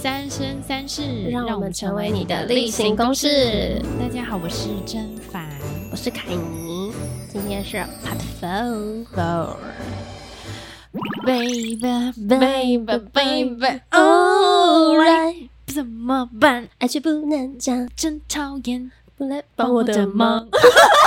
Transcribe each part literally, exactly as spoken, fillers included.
三生三世， 让我们成为你的例行公事。 大家好，我是甄凡， 我是凯尼，今天是 Part Four。 Baby, baby, baby, alright， 怎么办？ 爱却不能讲， 真讨厌， 不来帮我的忙。有够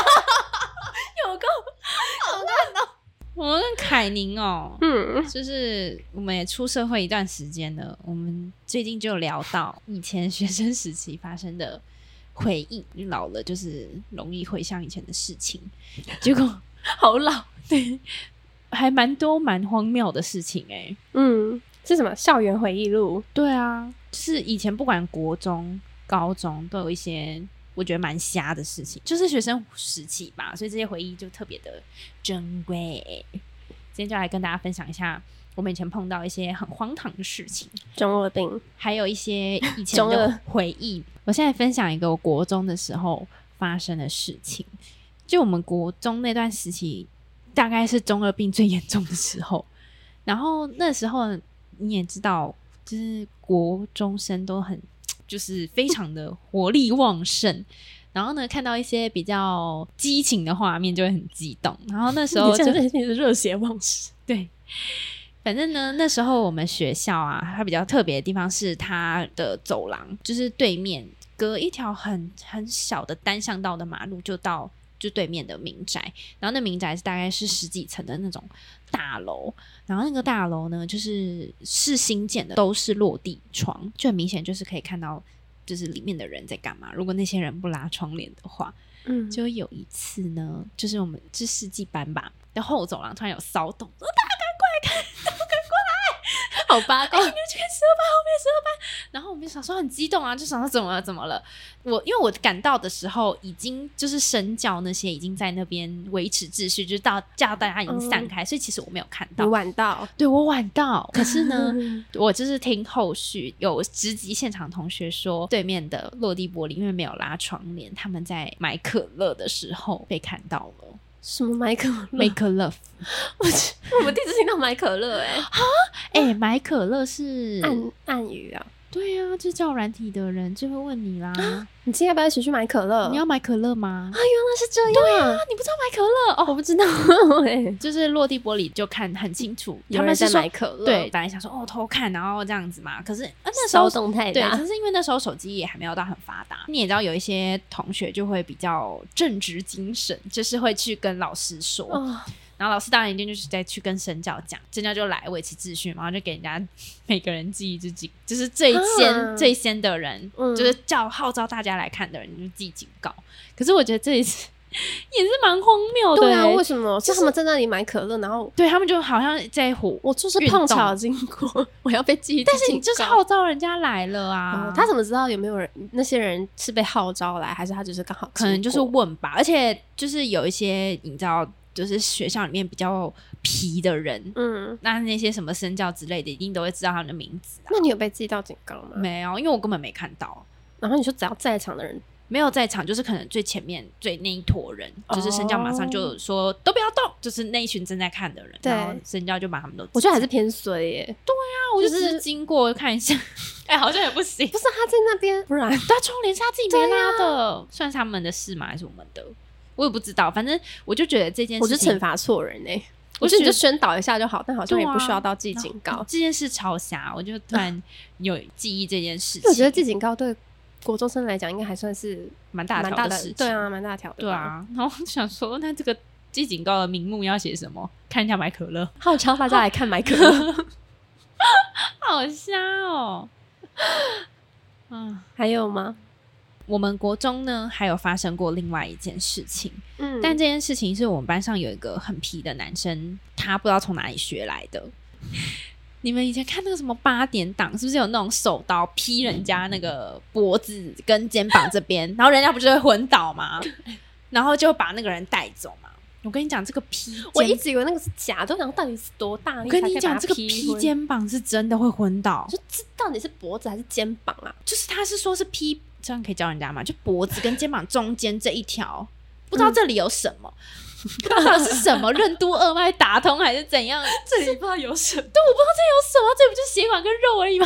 好看哦！ 我跟凯宁哦， 嗯， 就是我们也出社会一段时间了，我们最近就聊到以前学生时期发生的回忆，老了就是容易回想以前的事情，结果好老， 对，还蛮多蛮荒谬的事情哎、欸。 嗯，是什么校园回忆录？ 对啊，就是以前不管国中、高中都有一些我觉得蛮瞎的事情，就是学生时期吧，所以这些回忆就特别的珍贵。今天就来跟大家分享一下我们以前碰到一些很荒唐的事情， 中二病， 还有一些以前的回忆。我现在分享一个我国中的时候发生的事情，就我们国中那段时期大概是中二病最严重的时候，然后那时候你也知道，就是国中生都很就是非常的活力旺盛，然后呢看到一些比较激情的画面就会很激动，然后那时候就是热血旺盛。 对，反正呢那时候我们学校啊，它比较特别的地方是它的走廊就是对面隔一条很很小的单向道的马路就到就对面的民宅，然后那民宅大概是十几层的那种大楼，然后那个大楼呢就是是新建的，都是落地窗，就很明显就是可以看到就是里面的人在干嘛，如果那些人不拉窗帘的话。 嗯， 就有一次呢，就是我们是世纪班吧的后走廊突然有骚动，说大家赶快来看，赶快过来， 好八卦， 哎，你们去看十二班，后面十二班。然后我们就想说很激动啊，就想说怎么了怎么了。我因为我赶到的时候，已经就是身教那些已经在那边维持秩序，就是到叫大家已经散开，嗯、所以其实我没有看到。 你晚到， 对我晚到。可是呢，我就是听后续有直击现场同学说，对面的落地玻璃因为没有拉窗帘，他们在买可乐的时候被看到了。 什么买可乐 ？Make love， 我我第一次听到买可乐、欸，哎， 啊，哎、欸，买可乐是暗暗语啊。 对啊，就是叫软体的人就会问你啦。啊、 你今天要不要一起去买可乐？ 你要买可乐吗？ 啊，原来是这样。 对啊，你不知道买可乐哦？ 我不知道哎， 就是落地玻璃就看很清楚， 他们是在买可乐。 对，本来想说哦偷看，然后这样子嘛。可是、啊、那时候骚动太大， 对，可是因为那时候手机也还没有到很发达。你也知道，有一些同学就会比较正直精神，就是会去跟老师说。哦，然后老师当然一定就是再去跟身教讲，身教就来维持秩序嘛，然后就给人家每个人记自己，就是最先、啊、最先的人、嗯，就是叫号召大家来看的人就记警告。可是我觉得这一次也是蛮荒谬的、欸。 对啊，为什么？就是他们在那里买可乐，然后对他们就好像在火， 我就是碰巧经过，我要被记， 但是你就是号召人家来了啊、 嗯！他怎么知道有没有人？那些人是被号召来，还是他就是刚好？ 可能就是问吧。而且就是有一些你知道。就是学校里面比较皮的人，嗯，那那些什么身教之类的，一定都会知道他们的名字、啊。 那你有被记到警告吗？ 没有，因为我根本没看到。 然后你说只要在场的人没有在场，就是可能最前面最那一坨人，哦、就是身教马上就说都不要动，就是那一群正在看的人，然后身教就把他们都。 我觉得还是偏衰耶。 对啊，我就只是经过看一下，哎、欸，好像也不行。 不是他在那边，不然他窗帘是他自己没拉的，啊、算是他们的事吗？还是我们的？我也不知道，反正我就觉得这件事情， 我就惩罚错人哎、欸，我觉得你就宣导一下就好，但好像也不需要到记警告。 啊、这件事超瞎，我就突然有记忆这件事情。 我觉得记警告对国中生来讲，应该还算是蛮大条的事情， 对啊，蛮大条的。 对啊，然后想说，那这个记警告的名目要写什么？看人家买可乐， 号召大家来看买可乐， 好瞎哦。 嗯，还有吗？ 我们国中呢还有发生过另外一件事情， 嗯， 但这件事情是我们班上有一个很皮的男生，他不知道从哪里学来的。你们以前看那个什么八点档，是不是有那种手刀劈人家那个脖子跟肩膀这边，然后人家不就会昏倒吗？然后就把那个人带走嘛。我跟你讲，这个劈， 我一直以为那个是假的，我想到底是多大？ 我跟你讲，这个劈肩膀是真的会昏倒， 就这到底是脖子还是肩膀啊？ 就是他是说是劈。这样可以教人家吗？就脖子跟肩膀中间这一条，不知道这里有什么，嗯、不知道是什么任督二脉打通还是怎样， 这里不知道有什么， 对，我不知道这有什么，这不就血管跟肉而已吗？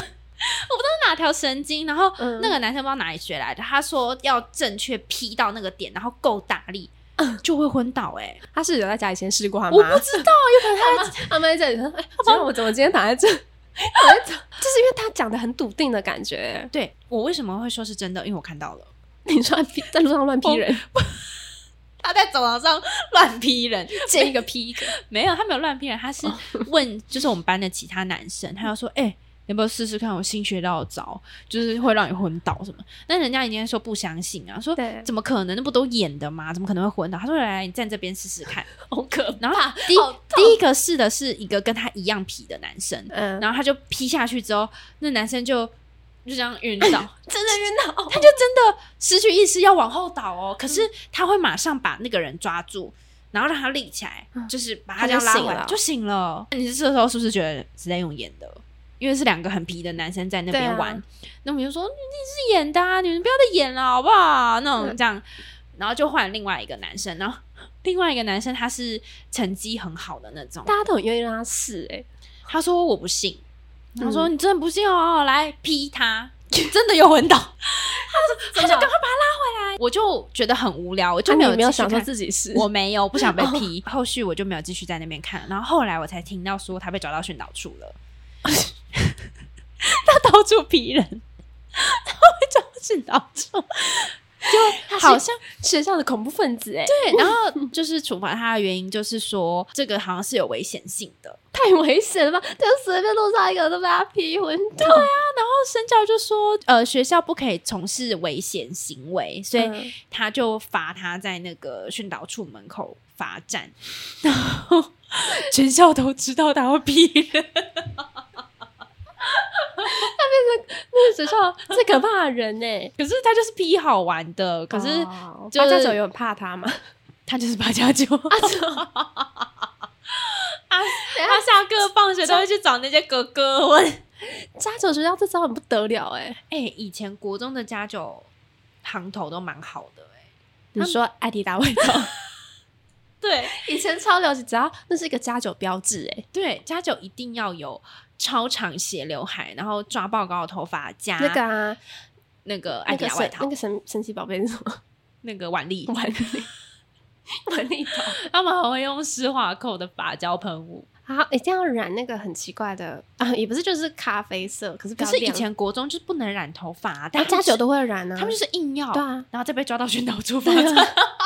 我不知道哪条神经，然后那个男生不知道哪里学来的，他说要正确劈到那个点，然后够大力。就会昏倒。哎、欸， 他是有在家里先试过他妈？ 我不知道，有可能他他妈在这里说：“哎、欸，我怎么今天躺在这？”就是因为他讲的很笃定的感觉。 对，我为什么会说是真的？因为我看到了， 你说在路上乱劈人， 他在走廊上乱劈人， 见一个劈一个。 没有，他没有乱劈人，他是问，就是我们班的其他男生，他就说：“哎、欸。”要不要试试看？我新学到的招就是会让你昏倒什么？但人家一定说不相信啊，说怎么可能？那不都演的吗？怎么可能会昏倒？他说：“来来，你站这边试试看。” 好可怕！ 然后第第一个试的是一个跟他一样皮的男生，嗯，然后他就劈下去之后，那男生就就这样晕倒，真的晕倒， 他就真的失去意识要往后倒哦。可是他会马上把那个人抓住，然后让他立起来，嗯、就是把他这样拉回来，就醒了。你这时候是不是觉得是在用演的？因为是两个很皮的男生在那边玩，啊、那我们就说你是演的啊，你们不要再演了好不好？那种这样，然后就换另外一个男生，然后另外一个男生他是成绩很好的那种， 大家都很愿意让他试哎、欸。 他说我不信，他说你真的不信哦，来劈他，真的有昏倒，他说他就赶快把他拉回来，我就觉得很无聊，我就没有、 啊、没有想说自己是， 我没有不想被劈，后续我就没有继续在那边看，然后后来我才听到说他被抓到训导处了。他到处劈人，他会找训导处，就好像学校的恐怖分子哎、欸。 对，然后就是处罚他的原因，就是说这个好像是有危险性的， 太危险了吧？就随便路上一个都被他劈昏倒。 对啊，然后身教就说，呃，学校不可以从事危险行为，所以他就罚他在那个训导处门口罚站，然后全校都知道他会劈人。 他变成那个学校最可怕的人呢、欸， 可是他就是劈好玩的，可是八加九有很怕他吗？ 他就是八加九啊！他下课放学都会去找那些哥哥问加九学校这招很不得了哎、欸、 哎、欸，以前国中的加九行头都蛮好的哎、欸， 你说艾迪达味道。 对， 以前超流行，只要那是一个加九标志哎、欸， 对，加九一定要有超长斜刘海，然后抓爆高的头发，加那个啊， 那个艾迪达外套， 那个神神奇宝贝是什么？ 那个腕力， 腕力，腕力头， 他们还会用施华蔻的发胶喷雾。 好，一定要染那个很奇怪的啊，也不是就是咖啡色，可是可是以前国中就是不能染头发、啊， 但加九都会染啊， 他们就是硬要， 对啊， 然后再被抓到训导处罚站。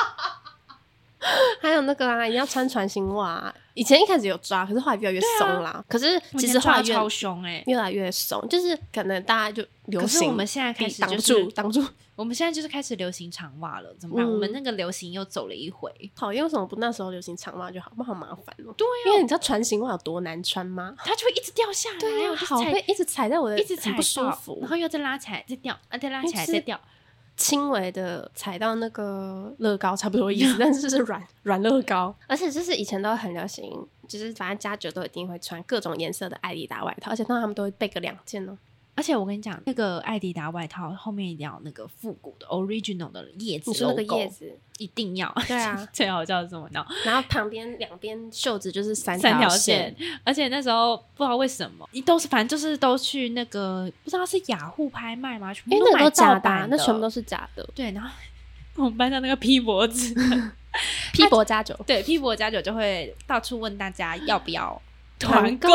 还有那个啊，一定要穿船型袜、啊。以前一开始有抓，可是后来越来越松啦。啊、可是其实后来越超凶哎、欸， 越来越松，就是可能大家就流行。 可是我们现在开始挡、就是、住挡住， 我们现在就是开始流行长袜了，怎么办？嗯、我们那个流行又走了一回。 讨厌，为什么不那时候流行长袜就好？不好麻烦哦。 对啊， 因为你知道船型袜有多难穿吗？ 它就会一直掉下来， 对啊，好会一直踩在我的， 一直踩不舒服， 然后又再拉起来再掉，啊再拉起来再掉。 轻微的踩到那个乐高差不多意思，但是是软软乐高，而且就是以前都很流行，就是反正加九都一定会穿各种颜色的艾迪达外套，而且通常他们都会备个两件哦。 而且我跟你讲，那个艾迪达外套后面一定要有那个复古的 original 的叶子 logo， 你说那个叶子一定要， 对啊， 最好叫什么呢？ 然后旁边两边袖子就是三三条线， 而且那时候不知道为什么，都是反正就是都去那个不知道是雅虎拍卖吗？全部都买盗版的， 那全部都是假的。 对，然后我们班上那个 P 脖子 ，P 脖加九， 对 ，P 脖加九就会到处问大家要不要团购，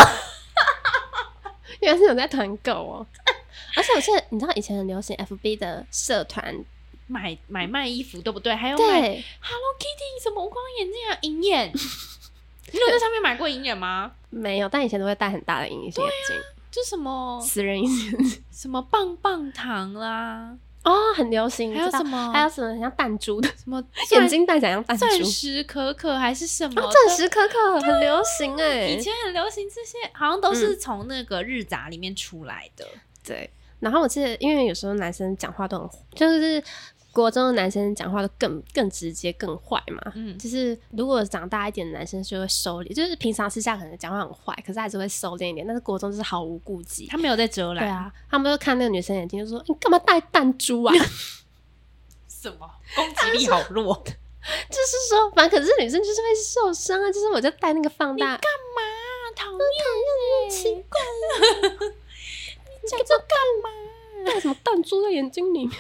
原来是有在团购哦。而且我记得，你知道以前很流行 F B 的社团买买卖衣服，对不对？还有买 Hello Kitty 什么无光眼镜啊、银眼。你有在上面买过银眼吗？ 没有，但以前都会戴很大的隐形眼镜， 就什么私人隐形眼镜， 什么棒棒糖啦， 哦，很流行。 还有什么？ 还有什么很像弹珠的，什么眼睛戴起来像弹珠， 钻石可可还是什么？ 哦，钻石可可很流行哎、欸， 以前很流行这些，好像都是从那个日杂里面出来的。 嗯、对。然后我记得，因为有时候男生讲话都很，就是国中的男生讲话都更更直接、更坏嘛。嗯，就是如果长大一点的男生就会收敛，就是平常私下可能讲话很坏，可是还是会收敛一点。但是国中就是毫无顾忌， 他没有在遮拦。 对啊，他们就看那个女生眼睛，就说：“你干嘛戴弹珠啊？” 什么攻击力好弱？ 就是说，反正可是女生就是会受伤啊。就是我就戴那个放大， 你干嘛？讨厌，奇怪了。 干珠在眼睛里面。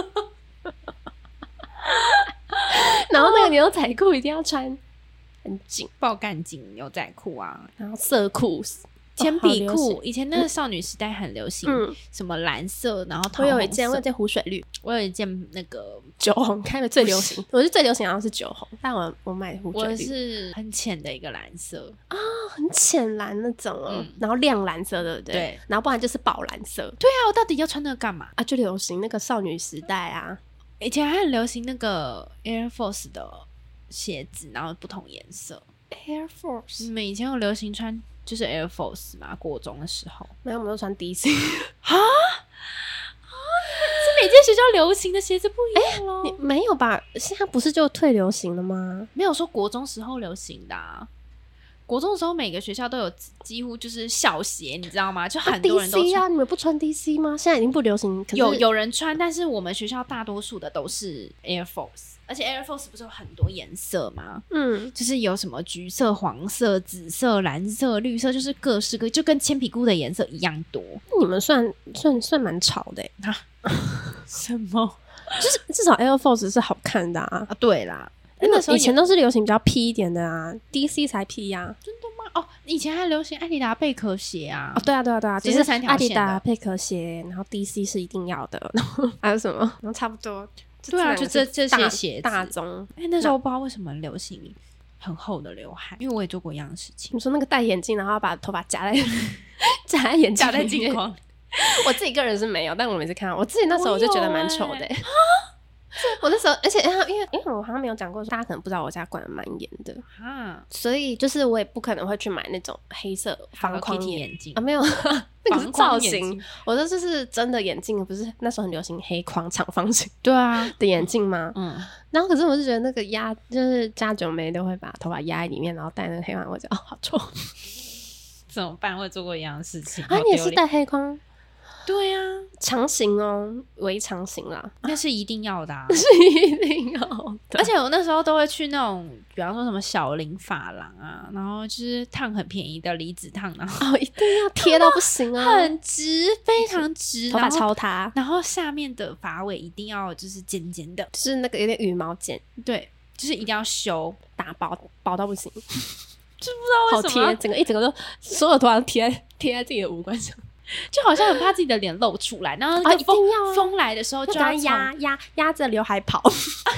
然后那个牛仔裤一定要穿很紧爆干紧牛仔裤啊， 然后色裤铅笔裤、 哦、 以前那个少女时代很流行、嗯、什么蓝色然后桃红色。 我有一件我有一件湖水绿， 我有一件那个酒红，开的最流行我是最流行好像是酒红，但我我买湖水绿， 我是很浅的一个蓝色啊、哦，很浅蓝那种哦、嗯、然后亮蓝色对不对？ 对， 然后不然就是宝蓝色。 对啊，我到底要穿那个干嘛啊？就流行那个少女时代啊， 以前还很流行那个 Air Force 的鞋子，然后不同颜色。 Air Force 你们以前有流行穿就是 Air Force 嘛？国中的时候没有，我们都穿 D C 啊啊！是每间学校流行的鞋子不一样咯、 欸、你没有吧？现在不是就退流行了吗？ 没有说国中时候流行的啊，国中的时候每个学校都有几乎就是校鞋，你知道吗？就很多人都穿、 啊、D C 啊，你们不穿 D C 吗？现在已经不流行，可是有有人穿，但是我们学校大多数的都是 Air Force， 而且 Air Force 不是有很多颜色吗？嗯，就是有什么橘色、黄色、紫色、蓝色、绿色，就是各式各，就跟铅笔菇的颜色一样多。 你们算算算蛮潮的欸啊？什么？ 就是至少 Air Force 是好看的啊！ 啊对啦。 那时候以前都是流行比较 P 一点的啊 ，D C 才 P 啊。 真的吗？哦，以前还流行艾迪达贝壳鞋啊。 哦，对啊，对啊，对啊， 就是三条线的。 艾迪达贝壳鞋，然后 D C 是一定要的，然后还有什么？然后差不多。 对啊，就这这些鞋子大宗。 哎、欸，那时候我不知道为什么流行很厚的刘海，因为我也做过一样的事情。 你说那个戴眼镜，然后把头发夹在夹在眼镜夹在镜框。 我自己个人是没有，但我每次看到我自己那时候我就觉得蛮丑的、欸。我那时候，而且因为因为我好像没有讲过，大家可能不知道我家管的蛮严的啊，所以就是我也不可能会去买那种黑色方框眼镜啊，没有，那个是造型。我这就是真的眼镜，不是那时候很流行黑框长方形对啊的眼镜吗？ 嗯， 然后可是我就觉得那个压就是家九妹都会把头发压在里面，然后戴那个黑框，我觉得哦好丑， 怎么办？我也做过一样的事情啊，你也是戴黑框？ 对啊， 长形哦，微长形啦， 那是一定要的啊， 是一定要的。 而且我那时候都会去那种，比方说什么小林发廊啊，然后就是烫很便宜的离子烫，然后哦，一定要贴到不行啊， 很直，非常直， 头发超塌， 然后下面的发尾一定要就是尖尖的， 就是那个有点羽毛剪， 对，就是一定要修打薄薄到不行，就不知道为什么好贴，整个一整个都所有头发贴在贴在自己的五官上。 就好像很怕自己的脸露出来，然后那个风、啊啊、风来的时候就要压压压着刘海跑。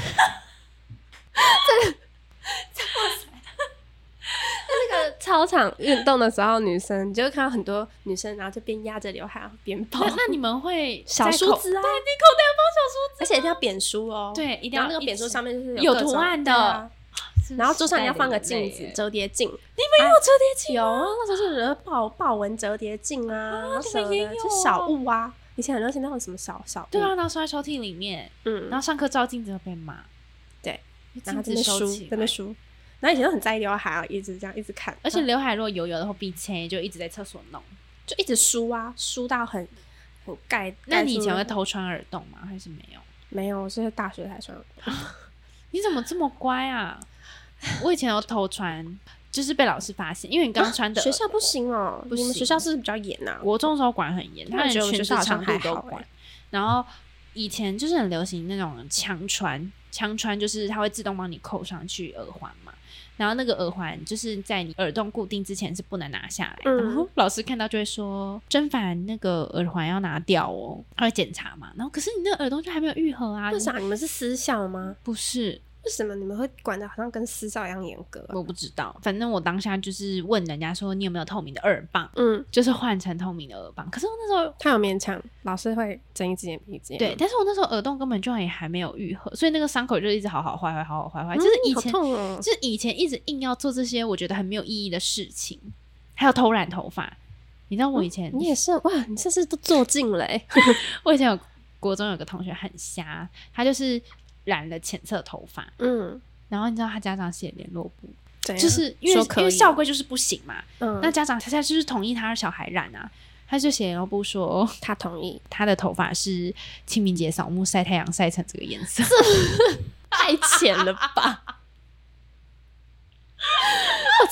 这个，哇塞！那个操场运动的时候，女生你就会看到很多女生，然后就边压着刘海边跑。 那, 那你们会小梳子啊？ 对，你口袋要放小梳子， 而且一定要扁梳哦。 对，一定要那个扁梳上面就是有图案的。 然后桌上要放个镜子，折叠镜。你们有折叠镜？ 有啊，那时候是人豹豹纹折叠镜啊，然后什么的，就小物啊。以前很流行那种什么小小物， 对啊，然后收在抽屉里面，嗯，然后上课照镜子会被骂， 对，然后在那梳，在那梳。然后以前都很在意刘海啊，一直这样一直看， 而且刘海如果油油的或必切，就一直在厕所弄， 就一直梳啊，梳到很很盖。 那你以前会偷穿耳洞吗？还是没有？ 没有，我是大学才穿耳洞。 你怎么这么乖啊？我以前有偷穿，就是被老师发现，因为你刚穿的、 啊、学校不行哦，不行，你们学校是不是比较严啊？ 国中的时候管很严，他们裙子长度都管。然后以前就是很流行那种枪穿，枪穿就是它会自动帮你扣上去耳环嘛。然后那个耳环就是在你耳洞固定之前是不能拿下来，嗯、然后老师看到就会说：“甄凡，那个耳环要拿掉哦。”他会检查嘛。然后可是你那个耳洞就还没有愈合啊？ 为啥？你们是私校吗？ 不是。 为什么你们会管得好像跟私校一样严格、啊？ 我不知道，反正我当下就是问人家说你有没有透明的耳棒，嗯，就是换成透明的耳棒。可是我那时候他有勉强，老师会睁一只眼闭一只眼。 对，但是我那时候耳洞根本就也还没有愈合，所以那个伤口就一直好好坏坏，好好坏坏、嗯，就是以前、 哦、 就是以前一直硬要做这些我觉得很没有意义的事情，还有偷染头发。你知道我以前、 嗯、你也是哇，你这是都做尽了、欸、 我以前有国中有个同学很瞎，他就是染了浅色头发，嗯。然后你知道他家长写联络簿，就是因为因为校规就是不行嘛，嗯，那家长他家就是同意他的小孩染啊，他就写联络簿说他同意他的头发是清明节扫墓晒太阳晒成这个颜色， 太浅了吧？哦、这个这个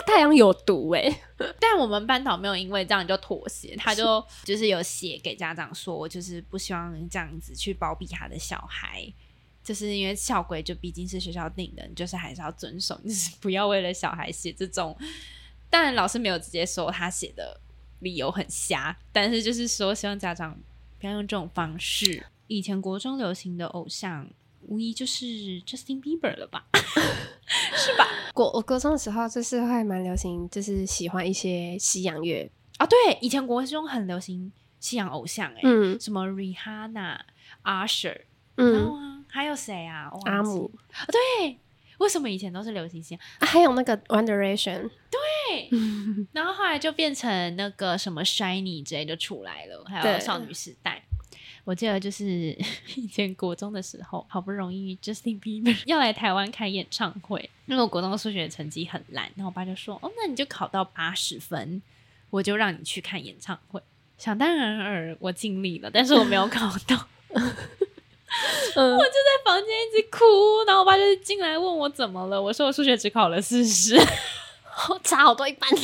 太阳有毒哎、欸！ 但我们班导没有因为这样就妥协，他就就是有写给家长说，就是不希望这样子去包庇他的小孩，就是因为校规就毕竟是学校定的，你就是还是要遵守，就是不要为了小孩写这种。当然老师没有直接说他写的理由很瞎，但是就是说希望家长不要用这种方式。以前国中流行的偶像无疑就是 Justin Bieber 了吧是吧？ 国我国中的时候就是会蛮流行，就是喜欢一些西洋乐啊。对，以前国中很流行西洋偶像、欸，嗯，什么 Rihanna、Usher， 嗯，然后啊，还有谁啊？ 阿姆、 啊，对，为什么以前都是流行西洋？ 啊、还有那个 One Direction， 对，然后后来就变成那个什么 Shiny 之类就出来了，还有少女时代。我记得就是以前国中的时候，好不容易 Justin Bieber 要来台湾开演唱会，因为我国中的数学成绩很烂，然后我爸就说：“哦，那你就考到八十分，我就让你去看演唱会。”想当然尔，我尽力了，但是我没有考到。嗯、我就在房间一直哭，然后我爸就进来问我怎么了，我说我数学只考了四十， 差好多一半。可是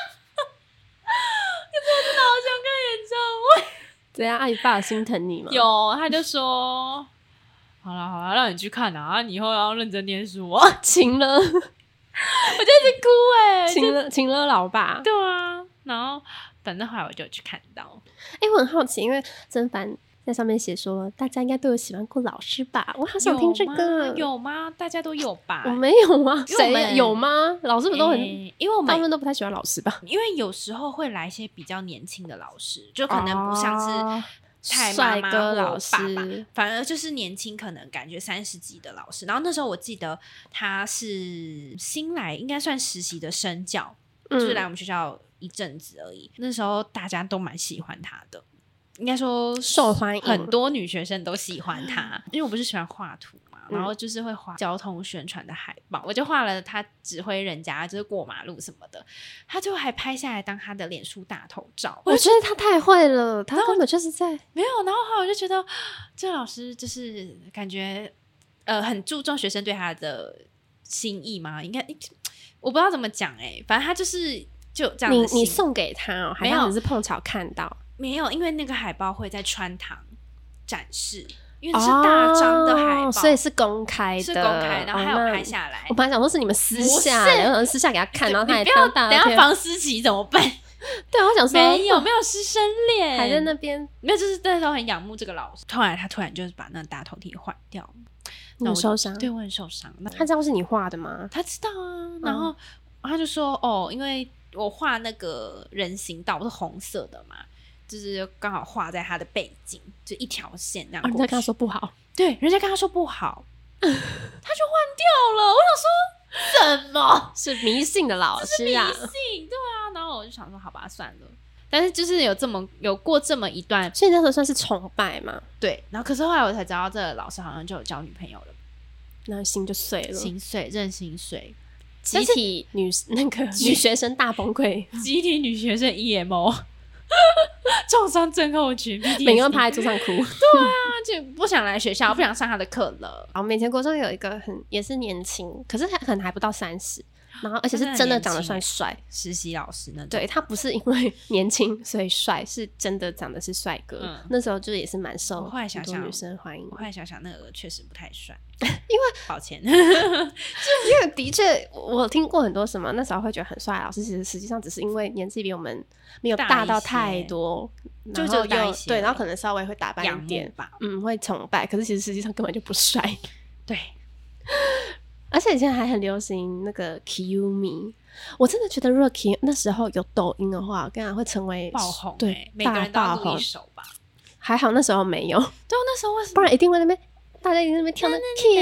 我真的好想看演唱会。 怎样？阿姨爸心疼你吗？ 有，他就说：“好啦好啦，让你去看啊，你以后要认真念书啊。” 请了，我就一直哭哎、 欸，请了请了老爸。 对啊，然后反正后来我就去看到。 哎、欸，我很好奇，因为甄凡在上面写说，大家应该都有喜欢过老师吧？我好想听这个。 有吗？有吗？大家都有吧？ 我没有啊，谁有吗？老师们都很，欸、 因为我们他们都不太喜欢老师吧？ 因为有时候会来一些比较年轻的老师，就可能不像是太妈妈或爸爸，反而就是年轻，可能感觉三十几的老师。然后那时候我记得他是新来，应该算实习的生教，嗯、就是来我们学校一阵子而已。那时候大家都蛮喜欢他的。应该说受欢迎， 很多女学生都喜欢他，因为我不是喜欢画图嘛，然后就是会画交通宣传的海报，我就画了他指挥人家就是过马路什么的，他就还拍下来当他的脸书大头照。 我觉得他太会了，他根本就是在没有，然后后来我就觉得这老师就是感觉呃很注重学生对他的心意嘛，应该我不知道怎么讲哎、欸，反正他就是就这样子。 你你送给他哦，还是只是碰巧看到？ 没有，因为那个海报会在穿堂展示，因为是大张的海报、哦， 所以是公开的， 是公开，然后还有拍下来。 哦、我本来想说是你们私下，然后私下给他看，然后他也当大。等一下防思琪怎么办？ 对，我想说没有没有师生恋， 还在那边， 没有，就是那时候很仰慕这个老师。后来他突然就是把那个大头贴换掉， 你很受伤， 对我很受伤。 他知道是你画的吗？ 他知道啊，然后、嗯、他就说哦，因为我画那个人行道是红色的嘛。就是刚好画在他的背景，就一条线那样过去。 哦、人家跟他说不好， 对，人家跟他说不好，他就换掉了。我想说，什么是迷信的老师啊？ 迷信，对啊。然后我就想说，好吧，算了。但是就是有这么有过这么一段， 所以那时候算是崇拜嘛。 对，然后可是后来我才知道，这个老师好像就有交女朋友了， 然后心就碎了， 心碎，任心碎。 集体女那个女学生大崩溃， 集体女学生 E M O。创伤症候群， 每个人趴在桌上哭。对啊，就不想来学校，不想上他的课了。 然后以前国中有一个很也是年轻，可是他可能还不到三十，然后而且是真的长得算帅， 实习老师那种。 对，他不是因为年轻所以帅，是真的长得是帅哥。嗯、那时候就也是蛮受很多女生欢迎。 我后来想想，那个确实不太帅， 因为抱歉， 就因为的确我听过很多什么那时候会觉得很帅的老师，其实实际上只是因为年纪比我们没有大到太多， 就就大一些， 对，然后可能稍微会打扮一点吧，嗯，会崇拜，可是其实实际上根本就不帅。 对， 而且以前还很流行那个 Kiyumi， 我真的觉得如果 Kiyumi 那时候有抖音的话，跟然会成为爆红、欸， 对， 每个人都要录一首吧。 还好那时候没有，对， 那时候为什么？ 不然一定会那边大家一定在那边跳那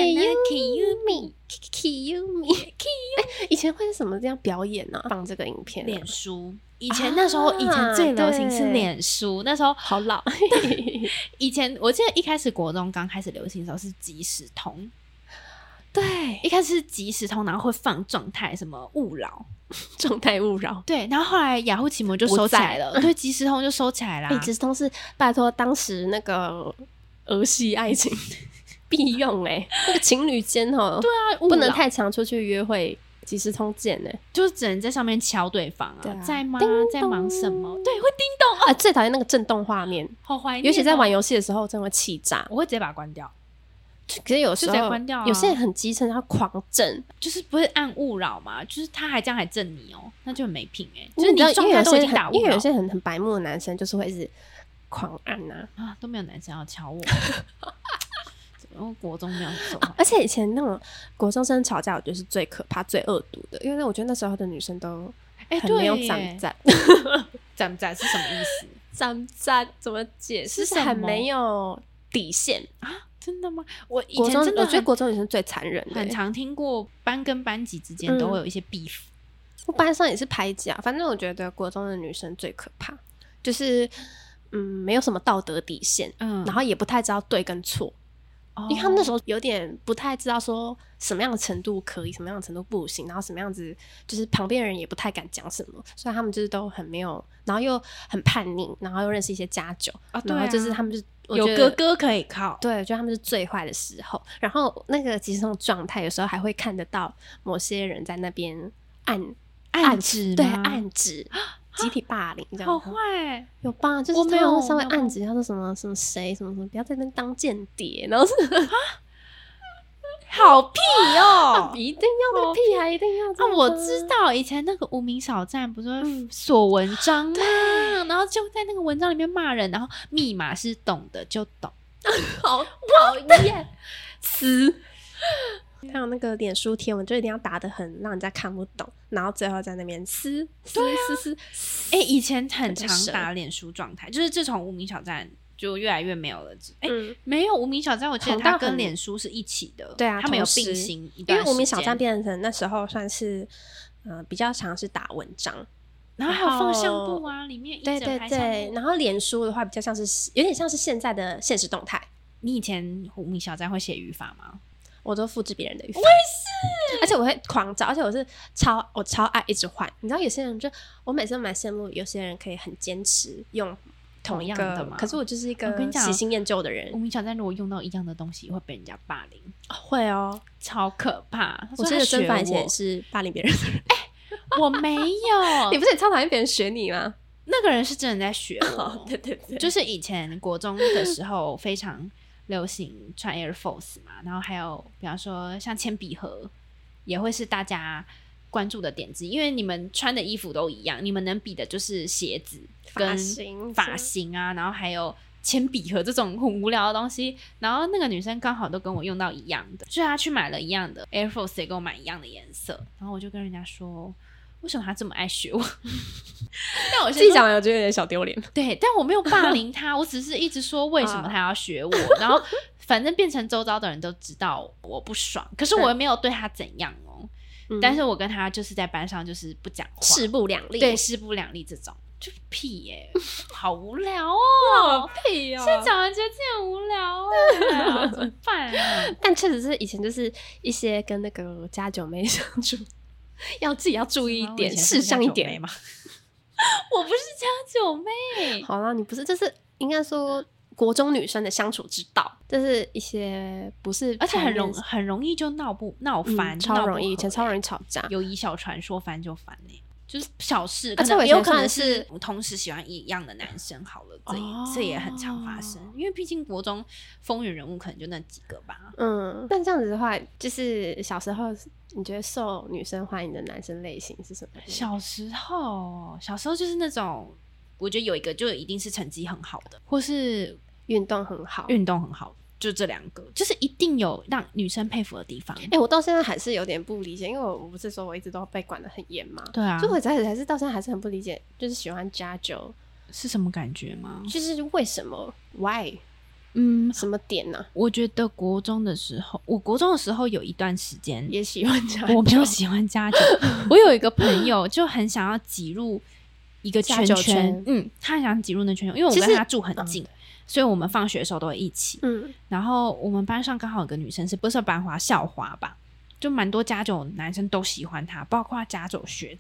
Kiyumi Kiyumi Kiyumi， 以前会是什么这样表演呢、啊？放这个影片， 脸书。以前那时候，以前最流行是脸书，那时候好老。 以前我记得一开始国中刚开始流行的时候是即时通， 对， 一开始是即时通，然后会放状态，什么勿扰， 状态勿扰， 对，然后后来雅虎奇摩就收起来了，对，即时通就收起来啦。 欸、即时通是拜托当时那个儿戏爱情必用哎、欸，那个情侣间哦， 对啊， 不能太常出去约会。 即时通鉴呢， 就是只能在上面敲对方啊，啊在吗？在忙什么？对，会叮咚啊！最讨厌那个震动画面， 好怀念、哦。 尤其在玩游戏的时候，真的会气炸。 我会直接把它关掉。 可是有时候就关掉、啊、 有些人很机车，他狂震， 就是不是按勿扰嘛？就是他还这样还震你哦，那就很没品哎、欸。就是你状态都已经打勿扰， 因为有些很很白目的男生，就是会一直狂按啊啊，都没有男生要敲我。因为国中没有走、 啊，而且以前那种国中生吵架，我觉得是最可怕、最恶毒的，因为我觉得那时候的女生都很没有长赞。 长赞是什么意思？ 长赞怎么解释？是很没有底线啊。真的吗？我以前真的我觉得国中女生最残忍的、欸， 很常听过班跟班级之间都会有一些 beef，、 嗯、班上也是排挤啊。反正我觉得国中的女生最可怕，就是嗯，没有什么道德底线，嗯，然后也不太知道对跟错、哦，因为他们那时候有点不太知道说什么样的程度可以，什么样的程度不行，然后什么样子就是旁边人也不太敢讲什么，所以他们就是都很没有，然后又很叛逆，然后又认识一些家酒啊，对啊，然后就是他们就。 有哥哥可以靠， 对，我觉得他们是最坏的时候。然后那个即时通状态，有时候还会看得到某些人在那边暗暗指， 对，暗指，集体霸凌这样。 好坏， 有吧？就是他有稍微暗指，他说什么什么谁什么什么，不要在那边当间谍，然后是好屁哦！ 一定要那屁孩，一定要啊！我知道以前那个无名小站不是会锁文章吗？嗯、然后就在那个文章里面骂人，然后密码是懂的就懂， 好讨厌死！还有那个脸书贴文，就一定要打得很让人家看不懂，然后最后在那边撕撕撕撕。 哎、欸，以前很常打脸书状态，就是自从无名小站。就越来越没有了。哎、欸嗯，没有无名小站，我记得它跟脸书是一起的， 对啊， 他们有并行一段时间。 因为无名小站变成那时候算是，呃，比较常是打文章， 然后还有放相簿啊，里面一整对对对。然后脸书的话，比较像是有点像是现在的现实动态。 你以前无名小站会写语法吗？ 我都复制别人的语法， 我也是， 而且我会狂找，而且我是超我超爱一直换。你知道有些人就我每次都蛮羡慕，有些人可以很坚持用。 同样的嘛， 可是我就是一个喜新厌旧的人。 无名小站如果用到一样的东西，会被人家霸凌， 哦、会哦， 超可怕。 我记得甄嬛以前也是霸凌别人的人。 哎、欸，我没有， 你不是也超讨厌别人学你吗？ 那个人是真的在学我， 哦、对对对， 就是以前国中的时候非常流行穿 Air Force 嘛，然后还有比方说像铅笔盒，也会是大家关注的点之一，因为你们穿的衣服都一样，你们能比的就是鞋子跟发型啊，然后还有铅笔盒这种很无聊的东西。然后那个女生刚好都跟我用到一样的，所以她去买了一样的 Air Force 也跟我买一样的颜色。然后我就跟人家说，为什么她这么爱学我？但我自己讲完我觉得有点小丢脸。 对，但我没有霸凌她，我只是一直说为什么她要学我，然后反正变成周遭的人都知道我不爽，可是我也没有对她怎样哦。嗯、但是我跟他就是在班上就是不讲话， 势不两立， 对，势不两立这种，就屁耶、欸，好无聊哦， 屁哦， 现在讲完觉得自己很无聊哎、啊，怎么办啊？ 但确实是以前就是一些跟那个家酒妹相处，要自己要注意一点，识相一点嘛。我不是家酒妹， 好啦，你不是，就是应该说。国中女生的相处之道，就是一些不是， 而且很容很容易就闹不闹翻、嗯， 超容易，以前超容易吵架， 友谊小船说翻就翻呢、欸，就是小事，而且也有可能是同时喜欢一样的男生，好了，这也、哦、这也很常发生，因为毕竟国中风云人物可能就那几个吧。 嗯，但这样子的话，就是小时候你觉得受女生欢迎的男生类型是什么？ 小时候，小时候就是那种，我觉得有一个就一定是成绩很好的，或是。 运动很好， 运动很好，就这两个，就是一定有让女生佩服的地方。 哎、欸，我到现在还是有点不理解，因为我我不是说我一直都被管得很严嘛， 对啊， 所以我还是到现在还是很不理解，就是喜欢加酒是什么感觉吗？ 就是为什么 ？Why？ 嗯，什么点呢、啊？ 我觉得国中的时候，我国中的时候有一段时间也喜欢加酒， 我没有喜欢加酒，我有一个朋友就很想要挤入一个圈圈， 圈嗯，他很想挤入那圈圈，因为我跟他住很近。所以我们放学的时候都会一起，嗯，然后我们班上刚好有个女生是不是班花校花吧，就蛮多家酒男生都喜欢她，包括家酒学长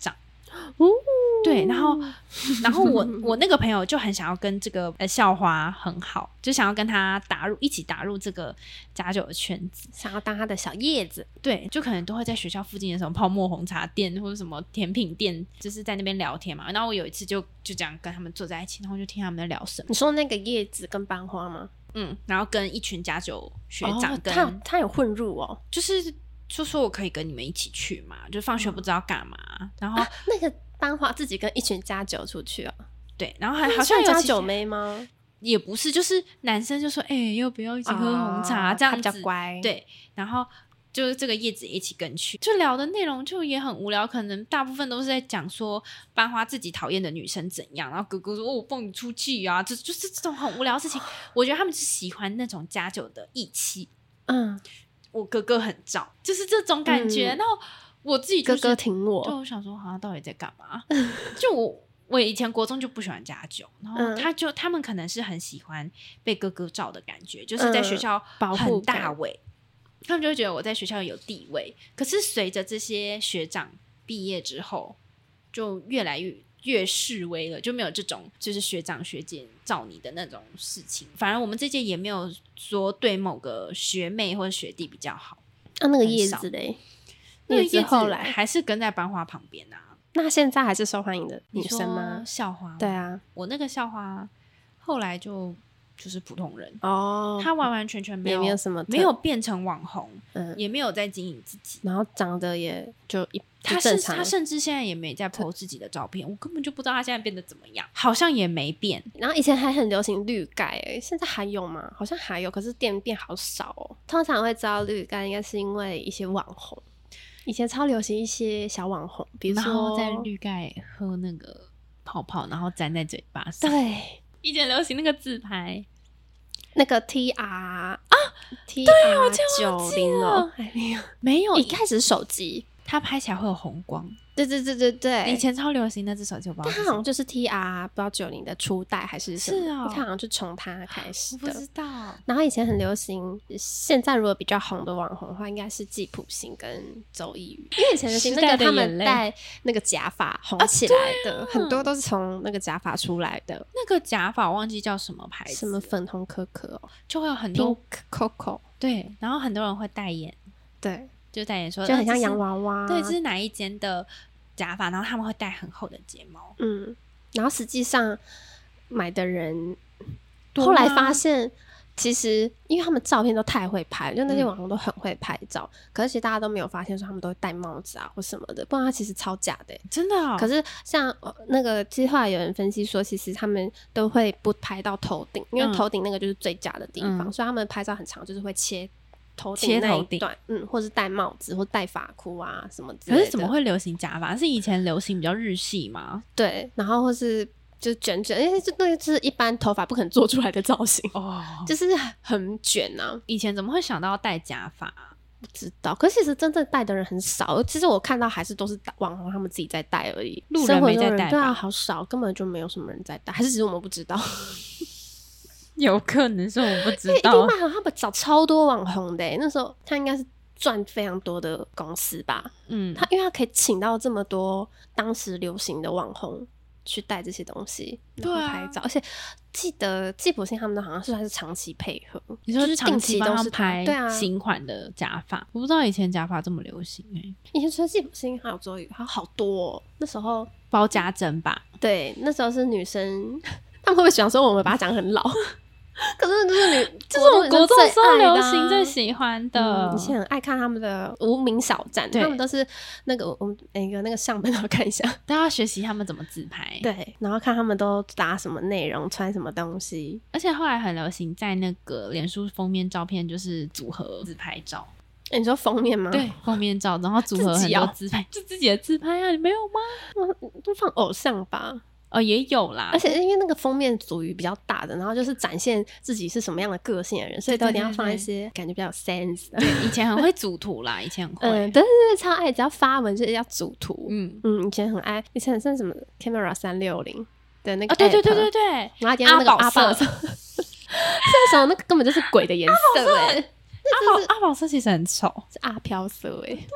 哦， 对，然后然后我我那个朋友就很想要跟这个呃校花很好，就想要跟他打入一起打入这个假酒的圈子， 想要当他的小叶子。 对，就可能都会在学校附近的什么泡沫红茶店或者什么甜品店，就是在那边聊天嘛。然后我有一次就就这样跟他们坐在一起，然后就听他们在聊什么。 你说那个叶子跟班花吗？ 嗯，然后跟一群假酒学长跟、 哦、他, 他有混入哦， 就是就说我可以跟你们一起去嘛，就放学不知道干嘛、嗯、然后、 啊、那个班花自己跟一群假酒出去哦。 对，然后还好像有假酒妹吗？ 也不是，就是男生就说哎、欸，要不要一起喝红茶、哦、这样子， 他比较乖。 对，然后就是这个叶子一起跟去，就聊的内容就也很无聊，可能大部分都是在讲说班花自己讨厌的女生怎样，然后哥哥说哦我放你出去啊，就就是这种很无聊的事情。我觉得他们是喜欢那种假酒的义气，嗯，我哥哥很照，就是这种感觉、嗯、然后我自己、就是、 哥哥挺我， 就我想说好像到底在干嘛就我我以前国中就不喜欢假酒，然后他就、嗯、他们可能是很喜欢被哥哥照的感觉，就是在学校很大尾、嗯，他们就会觉得我在学校有地位。可是随着这些学长毕业之后，就越来越越式微了，就没有这种就是学长学姐照你的那种事情。反而我们这届也没有说对某个学妹或者学弟比较好。 啊，那个叶子嘞， 叶子后来还是跟在班花旁边啊。 那现在还是受欢迎的女生吗？ 校花？ 对啊， 我那个校花后来就就是普通人哦， 她完完全全没有也没有什么没有变成网红、 嗯、 也没有在经营自己， 然后长得也就一她是她甚至现在也没在 po 自己的照片，我根本就不知道她现在变得怎么样，好像也没变。 然后以前还很流行绿盖、欸、现在还有吗？好像还有，可是店变好少哦。通常会知道绿盖应该是因为一些网红，以前超流行一些小网红，比如说然后在绿盖喝那个泡泡然后粘在嘴巴上， 对， 以前流行那个自拍那个 T R 啊 T R 九十哦， 没有没有， 一开始手机它拍起来会有红光， 对对对对对， 以前超流行那只手机，我不知道它好像就是 T R 不知道九十的初代还是什么， 是哦， 它好像就从它开始的， 我不知道。 然后以前很流行，现在如果比较红的网红的话，应该是季普星跟周易宇，因为以前流行那个他们戴那个假发红起来的、啊啊，很多都是从那个假发出来的。 那个假发我忘记叫什么牌子， 什么粉红可可哦， 就会有很多 Pink Coco， 对，然后很多人会代言， 对。 就代言说就很像洋娃娃、啊、 对，这是哪一间的假发，然后他们会戴很厚的睫毛， 嗯，然后实际上买的人后来发现其实因为他们照片都太会拍，就那些网红都很会拍照、嗯、可是其实大家都没有发现说他们都会戴帽子啊或什么的，不然他其实超假的、欸、 真的、哦、 可是像那个其实后来有人分析说其实他们都会不拍到头顶，因为头顶那个就是最假的地方、嗯、所以他们拍照很长就是会切头顶那一段，嗯，或是戴帽子或戴发箍啊什么之类的。 可是怎么会流行假发？是以前流行比较日系吗？ 对，然后或是就卷卷，因为就那个就是一般头发不可能做出来的造型哦，就是很卷啊。 以前怎么会想到要戴假发？ 不知道，可是其实真正戴的人很少。其实我看到还是都是网红他们自己在戴而已， 路人没在戴， 对啊，好少，根本就没有什么人在戴，还是只是我们不知道。 有可能是我不知道， 一定卖好，他们找超多网红的、欸，那时候他应该是赚非常多的公司吧。嗯，他因为他可以请到这么多当时流行的网红去带这些东西，然后拍照，啊、而且记得季普星他们的好像是还是长期配合， 你说是长期帮他们拍对啊新款的假发，我不知道以前假发这么流行哎、欸。 以前除了季普星还有周瑜，还有好多、哦，那时候包家珍吧， 对，那时候是女生，他们会不会想说我们把他讲很老？可是就是女， 这是我国中时候流行最喜欢的。 嗯、以前很爱看他们的无名小站，他们都是那个我们那个那个相本要看一下， 都要学习他们怎么自拍。 对，然后看他们都打什么内容，穿什么东西。 而且后来很流行在那个脸书封面照片，就是组合自拍照。 欸、你说封面吗？ 对，封面照，然后组合很多自拍，就自己的自拍啊，你没有吗？ 都放偶像吧。 哦，也有啦， 而且因为那个封面属于比较大的，然后就是展现自己是什么样的个性的人，所以都一定要放一些感觉比较有 sense 的。 对，以前很会组图啦，以前很会， 嗯，对对对，超爱，只要发文就是要组图。嗯嗯，以前很爱，以前很像什么 Camera 三六零的那个 app，、哦、 对对对对对， 然后点那个阿宝色，这时候那个根本就是鬼的颜色哎、欸， 阿宝阿宝色其实很丑， 是阿飘色哎、欸。 啊，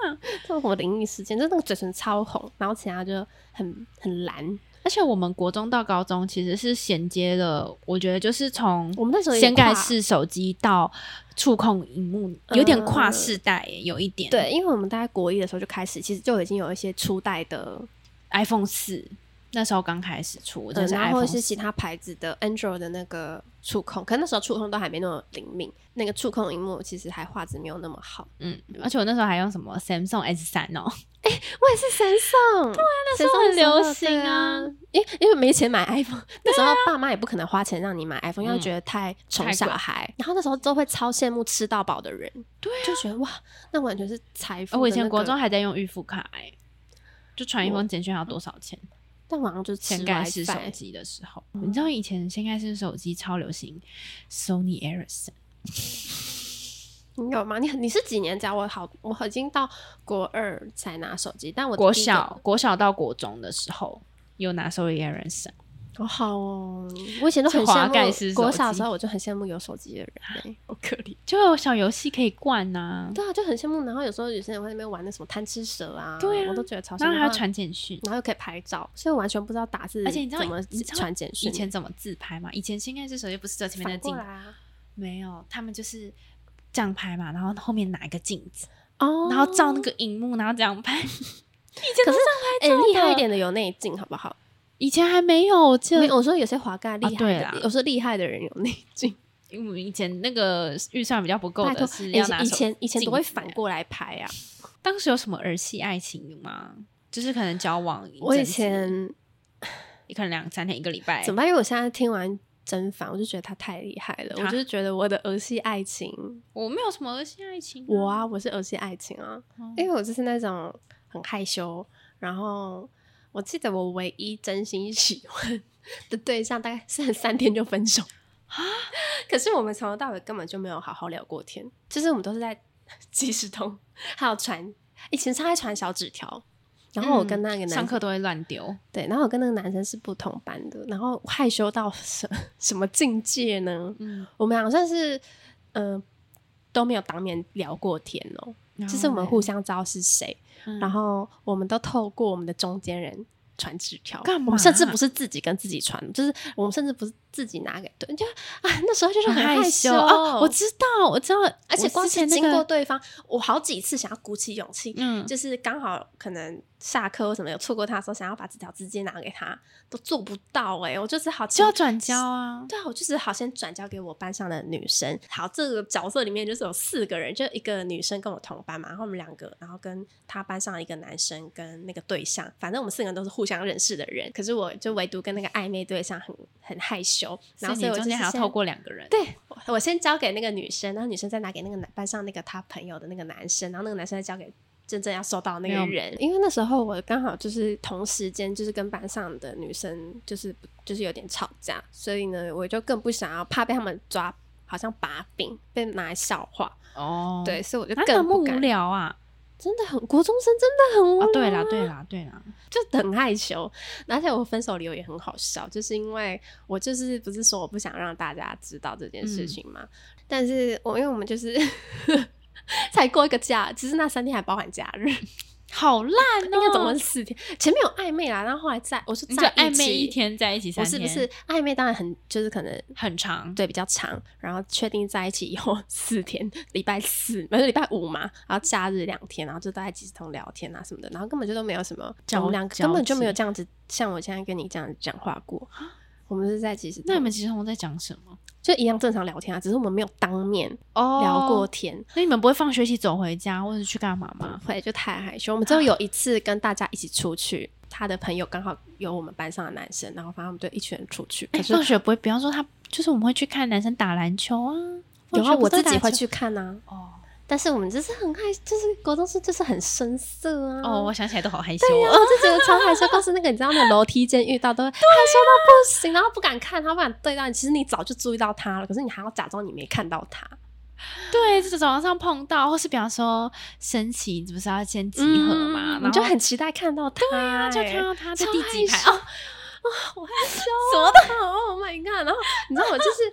这是我灵异事件，就那个嘴唇超红，然后其他就很很蓝。 而且我们国中到高中其实是衔接了，我觉得就是从我们那时候掀盖式手机到触控萤幕，有点跨世代耶、嗯、有一点。 对，因为我们大概国一的时候就开始，其实就已经有一些初代的 iPhone 四，那时候刚开始出，就是 iPhone 四、 嗯、然后是其他牌子的 Android 的那个触控，可是那时候触控都还没那么灵敏，那个触控萤幕其实还画质没有那么好。 嗯，而且我那时候还用什么 Samsung S 三 哦。 哎、欸，我也是 Samsung， 对啊， 那时候很流行啊， 因为因为没钱买 iPhone， 那时候爸妈也不可能花钱让你买 iPhone，、嗯、因为觉得太宠小孩，然后那时候都会超羡慕吃到饱的人， 对、啊， 就觉得哇，那完全是财富、那個。 我以前国中还在用预付卡、欸，就传一封简讯要多少钱？ 但晚上就掀盖式手机的时候、嗯，你知道以前掀盖式手机超流行 Sony Ericsson。 你有吗？你你是几年教我好？我已经到国二才拿手机，但我国小国小到国中的时候有拿 Sony Ericsson， 好好哦。我以前都很羡慕，国小的时候我就很羡慕有手机的人、欸，好可怜， 就有小游戏可以灌呐、啊。 对啊，就很羡慕。然后有时候有些人会在那边玩那什么贪吃蛇啊， 对啊， 我都觉得超羡慕。 然后还要传简讯， 然后又可以拍照，所以我完全不知道打字， 而且你知道怎么传简讯？ 以前怎么自拍吗？以前掀盖式手机不是只有前面的镜头、 啊， 没有，他们就是这样拍嘛，然后后面拿一个镜子， 哦， 然后照那个荧幕，然后这样拍。以前可是哎，厉、欸、害一点的有内镜，好不好？ 以前还没有，我记得我说有些滑盖厉害的，啊、对啦，有时候厉害的人有内镜。 因为以前那个预算比较不够的是要拿手、欸、 以前以前都会反过来拍啊。 当时有什么儿戏爱情吗？就是可能交往一， 我以前也可能两三天一个礼拜。 怎么办？因为我现在听完甄嬛，我就觉得他太厉害了。我就是觉得我的儿戏爱情， 我没有什么儿戏爱情、啊。 我啊，我是儿戏爱情啊、嗯，因为我就是那种很害羞，然后我记得我唯一真心喜欢的对象，大概是三天就分手。可是我们从头到尾根本就没有好好聊过天，就是我们都是在即时通，还有传，以前超爱传小纸条。然后我跟那个男生、 嗯、上课都会乱丢， 对，然后我跟那个男生是不同班的，然后害羞到什什么境界呢？嗯，我们好像是呃都没有当面聊过天哦，就是我们互相知道是谁、嗯，然后我们都透过我们的中间人传纸条， 干嘛？ 我们甚至不是自己跟自己传，就是我们甚至不是自己拿给对，就啊那时候就是很害羞哦。我知道，我知道， 而且光是经过对方，我好几次想要鼓起勇气， 嗯， 就是刚好可能下课或什么有错过他的时候，想要把纸条直接拿给他，都做不到哎、欸，我就是好就要转交啊， 对啊，我就是好先转交给我班上的女生。好，这个角色里面就是有四个人，就一个女生跟我同班嘛，然后我们两个，然后跟他班上一个男生跟那个对象，反正我们四个人都是互相认识的人，可是我就唯独跟那个暧昧对象很很害羞，然后所以我中间还要透过两个人， 对，我先交给那个女生，然后女生再拿给那个班上那个他朋友的那个男生，然后那个男生再交给真正要收到那个人。因为那时候我刚好就是同时间就是跟班上的女生就是就是有点吵架，所以呢我就更不想要，怕被他们抓好像把柄被拿来笑话哦。对，所以我就更不敢。 那么无聊啊， 真的很国中生真的很无聊、啊、 对啦对啦对啦， 就很害羞。而且我分手理由也很好笑，就是因为我就是不是说我不想让大家知道这件事情嘛、嗯、但是我因为我们就是才过一个假，其实那三天还包含假日， 好烂哦！ 应该总共是四天，前面有暧昧啦，然后后来在我是在一起暧昧一天在一起三天， 不是不是暧昧，当然很就是可能很长， 对，比较长。然后确定在一起以后四天，礼拜四不是礼拜五嘛，然后假日两天，然后就都在即时通聊天啊什么的，然后根本就都没有什么，我们两个根本就没有这样子，像我现在跟你这样子讲话过。我们是在即时通， 那你们即时通在讲什么？ 就一样正常聊天啊，只是我们没有当面聊过天。哦、 那你们不会放学一起走回家，或者去干嘛吗？ 会，就太害羞。我们只有有一次跟大家一起出去，他的朋友刚好有我们班上的男生，然后反正我们就一群人出去。可是放学不会，比方说他就是我们会去看男生打篮球啊， 有啊，我自己会去看啊。 哦。 但是我们就是很害，就是国中生就是很生涩啊。 哦，我想起来都好害羞啊！我就觉得超害羞。都是那个你知道，那楼梯间遇到都会害羞到不行，然后不敢看他，不敢对到你。其实你早就注意到他了，可是你还要假装你没看到他。 对，就是早上碰到，或是比方说升旗不是要先集合嘛， 嗯、你就很期待看到他、欸， 对啊，就看到他在第几排哦。哦，我害羞什么的 ，Oh my god！ 然后你知道我就是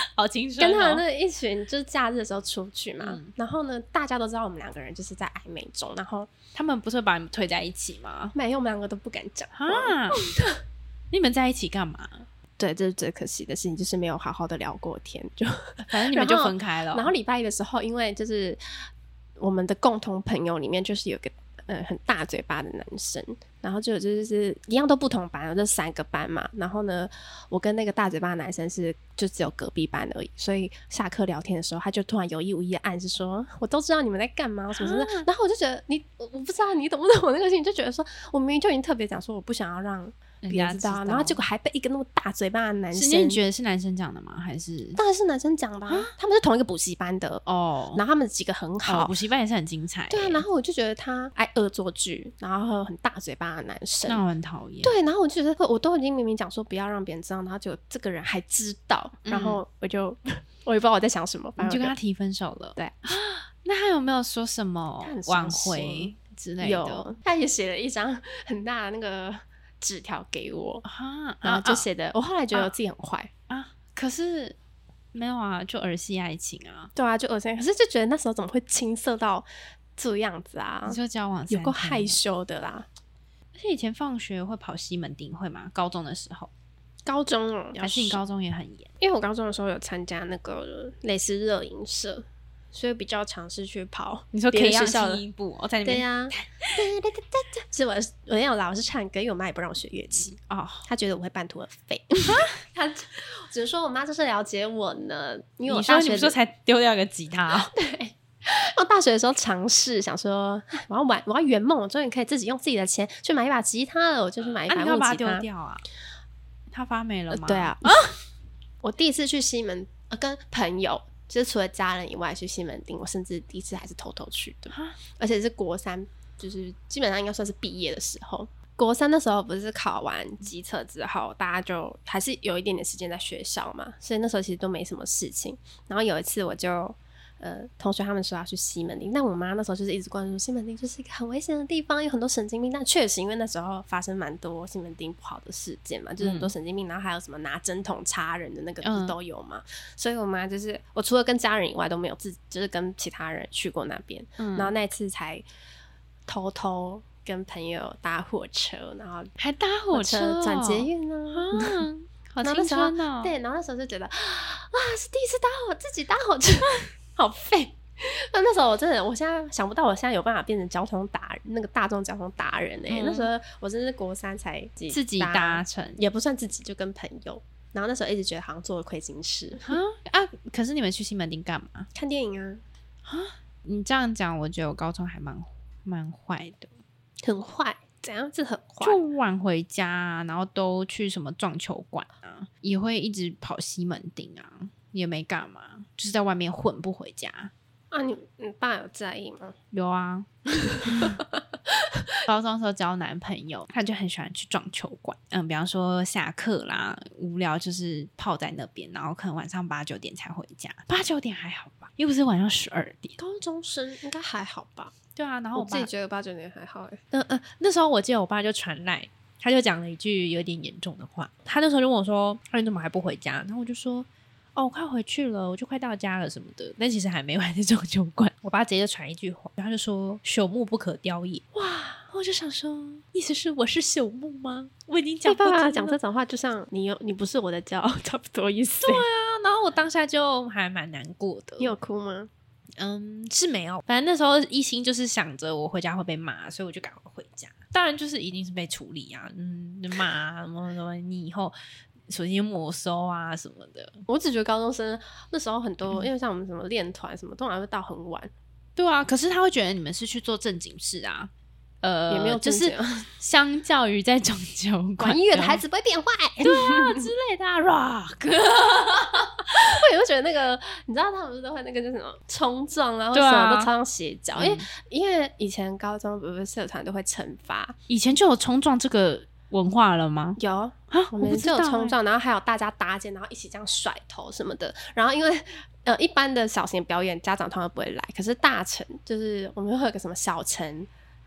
好青春、哦、 跟他们那一群就是假日的时候出去嘛、 嗯、 然后呢大家都知道我们两个人就是在暧昧中，然后他们不是会把你们推在一起吗？ 没有，我们两个都不敢讲话。 你们在一起干嘛？ 对，这是最可惜的事情，就是没有好好的聊过天，就反正你们就分开了、哦、 然后礼拜一的时候，因为就是我们的共同朋友里面就是有个呃很大嘴巴的男生，然后就就是一样都不同班，就三个班嘛。然后呢，我跟那个大嘴巴的男生是就只有隔壁班而已，所以下课聊天的时候，他就突然有意无意的暗示说：“我都知道你们在干嘛，什么什么。”然后我就觉得你我我不知道你懂不懂我那个心，就觉得说我明明就已经特别讲说我不想要让别人知道，然后结果还被一个那么大嘴巴的男生。 是你觉得是男生讲的吗？还是当然是男生讲的、啊，他们是同一个补习班的哦，然后他们几个很好， 补习、哦、班也是很精彩。 对啊，然后我就觉得他爱恶作剧，然后还有很大嘴巴的男生， 那我很讨厌。 对，然后我就觉得我都已经明明讲说不要让别人知道，然后就这个人还知道，然后我就、嗯、我也不知道我在想什么， 你就跟他提分手了。 对， 那他有没有说什么挽回之类的？ 有，他也写了一张很大的那个纸条给我、啊、然后就写的、啊、我后来觉得我自己很坏啊, 啊可是没有啊，就儿戏爱情啊。 对啊，就儿戏，可是就觉得那时候怎么会青涩到这样子啊？ 你就交往有够害羞的啦。 而且以前放学会跑西门町会吗？高中的时候。 高中哦， 还是你高中也很严？ 因为我高中的时候有参加那个类似热音社，所以比较尝试去跑。 你说 K 学校的踢步，我在那边。 对呀、啊，对对对对对。其实我我没有啦，我是唱歌，因为我妈也不让我学乐器哦，她觉得我会半途而废。她只是说我妈就是了解我呢，因为我大学你说你说才丢掉一个吉他、哦， 对。我大学的时候尝试想说，我要玩，我要圆梦，我终于可以自己用自己的钱去买一把吉他了，我就去买一把木吉他。啊、 你要把它丢掉啊？它发霉了吗？ 呃、对啊。啊我第一次去西门，呃，跟朋友，就是除了家人以外去西门町，我甚至第一次还是偷偷去的，而且是国三，就是基本上应该算是毕业的时候。国三的时候不是考完基测之后，大家就还是有一点点时间在学校嘛，所以那时候其实都没什么事情。然后有一次我就。呃，同学他们说要去西门町，但我妈那时候就是一直关注西门町就是一个很危险的地方，有很多神经病。但确实因为那时候发生蛮多西门町不好的事件嘛，就是很多神经病，然后还有什么拿针筒插人的那个不都有嘛、嗯、所以我妈就是我除了跟家人以外都没有自就是跟其他人去过那边、嗯、然后那次才偷偷跟朋友搭火车，然后还搭火车转捷运呢、啊嗯好青春哦。 对，然后那时候就觉得哇，是第一次搭火自己搭火车好废。那那时候我真的，我现在想不到我现在有办法变成交通达人，那个大众交通达人哎、欸嗯。那时候我真是国三才自己搭， 自己搭乘， 也不算自己，就跟朋友。然后那时候一直觉得好像做了亏心事啊啊！可是你们去西门町干嘛？ 看电影啊！ 啊，你这样讲，我觉得我高中还蛮蛮坏的， 很坏。怎样？这很坏？ 就晚回家啊，然后都去什么撞球馆啊，也会一直跑西门町啊，也没干嘛，就是在外面混不回家。 啊，你你爸有在意吗？ 有啊。高中的时候交男朋友，他就很喜欢去撞球馆。嗯，比方说下课啦，无聊就是泡在那边，然后可能晚上八九点才回家。八九点还好吧，又不是晚上十二点。 高中生应该还好吧？ 对啊，然后我, 我自己觉得八九点还好哎。 嗯嗯，那时候我记得我爸就传来，他就讲了一句有点严重的话。他那时候就问我说：“你怎么还不回家？”然后我就说。哦，我快回去了，我就快到家了什么的，但其实还没完在撞球馆。我爸直接就传一句话，然后他就说朽木不可雕也。哇，我就想说，意思是我是朽木吗？我已经讲过了。 爸爸讲这种话，就像你有你不是我的骄傲，差不多意思。 对啊，然后我当下就还蛮难过的。 你有哭吗？ 嗯，是没有。反正那时候一心就是想着我回家会被骂，所以我就赶快回家。当然就是一定是被处理啊，嗯，骂啊什么什么，你以后。手机没收啊什么的。 我只觉得高中生那时候很多、嗯、因为像我们什么练团什么通常会到很晚。 对啊，可是他会觉得你们是去做正经事啊，呃， 也没有正经、 啊、就是相较于在撞球馆玩音乐的孩子不会变坏对啊之类的、啊、rock 我也会觉得那个你知道他们不是都会那个叫什么冲撞啊，或什么都超像斜角、啊、因为、嗯、因为以前高中不是社团都会惩罚， 以前就有冲撞这个文化了吗？ 有啊，我们就有冲撞、欸、然后还有大家搭肩然后一起这样甩头什么的。然后因为呃一般的小型表演家长通常不会来，可是大城就是我们会有个什么小城，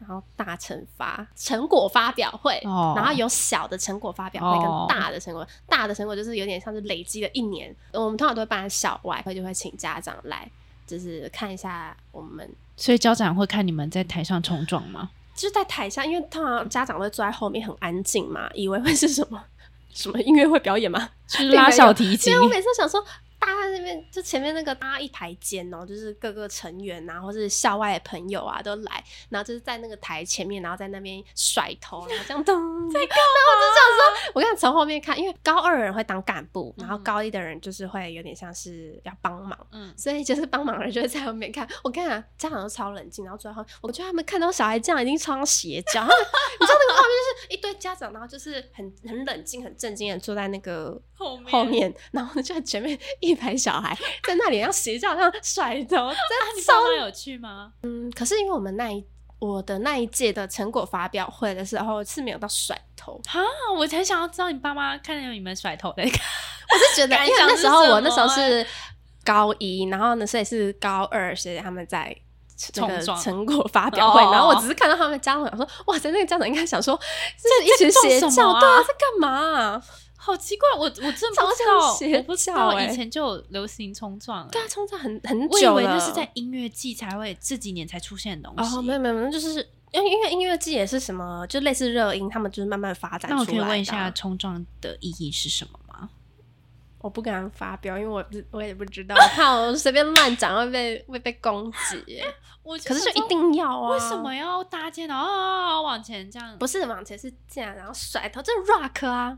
然后大惩罚成果发表会、哦、然后有小的成果发表会跟大的成果、哦、大的成果就是有点像是累积了一年，我们通常都会办校外会，就会请家长来就是看一下我们。 所以家长会看你们在台上冲撞吗？ 就是在台下，因为通常家长会坐在后面很安静嘛，以为会是什么什么音乐会表演吗？ 是拉小提琴。 因为我每次想说大家那边就前面那个大家一排间哦，就是各个成员啊，或是校外的朋友啊都来，然后就是在那个台前面，然后在那边甩头，然后这样咚，在干嘛？然后我就这样说，我看从后面看，因为高二的人会当干部，然后高一的人就是会有点像是要帮忙，嗯，所以就是帮忙的人就会在后面看。我看啊，家长都超冷静，然后坐在后面，我觉得他们看到小孩这样已经超像邪教，他们你知道那个画面就是一堆家长，然后就是很很冷静、很震惊的坐在那个后面，后面然后就在前面一排小孩在那里像邪教像甩头，真的、啊、 你爸妈有去吗？ 嗯，可是因为我们那一我的那一届的成果发表会的时候是没有到甩头哈，我很想要知道你爸妈看到你们甩头的。我是觉得因为那时候我那时候是高一，然后呢所以是高二，所以他们在那个成果发表会，然后我只是看到他们家长想说，哇塞，那个家长应该想说这是一群邪教、啊、对啊，在干嘛、啊好奇怪，我我真不知道，我不知道以前就有流行冲撞、欸， 对啊，冲撞很很久了， 我以为那是在音乐季才会这几年才出现的东西。 哦，没有没有没有，就是因为因为音乐季也是什么，就类似热音，他们就是慢慢发展出来的。 那我可以问一下，冲撞的意义是什么吗？ 我不敢发表，因为我我也不知道，我怕我随便乱讲会被会被攻击。我可是就一定要啊！ 为什么要搭肩然后、哦、往前这样？ 不是往前，是这样，然后甩头，这是 rock 啊！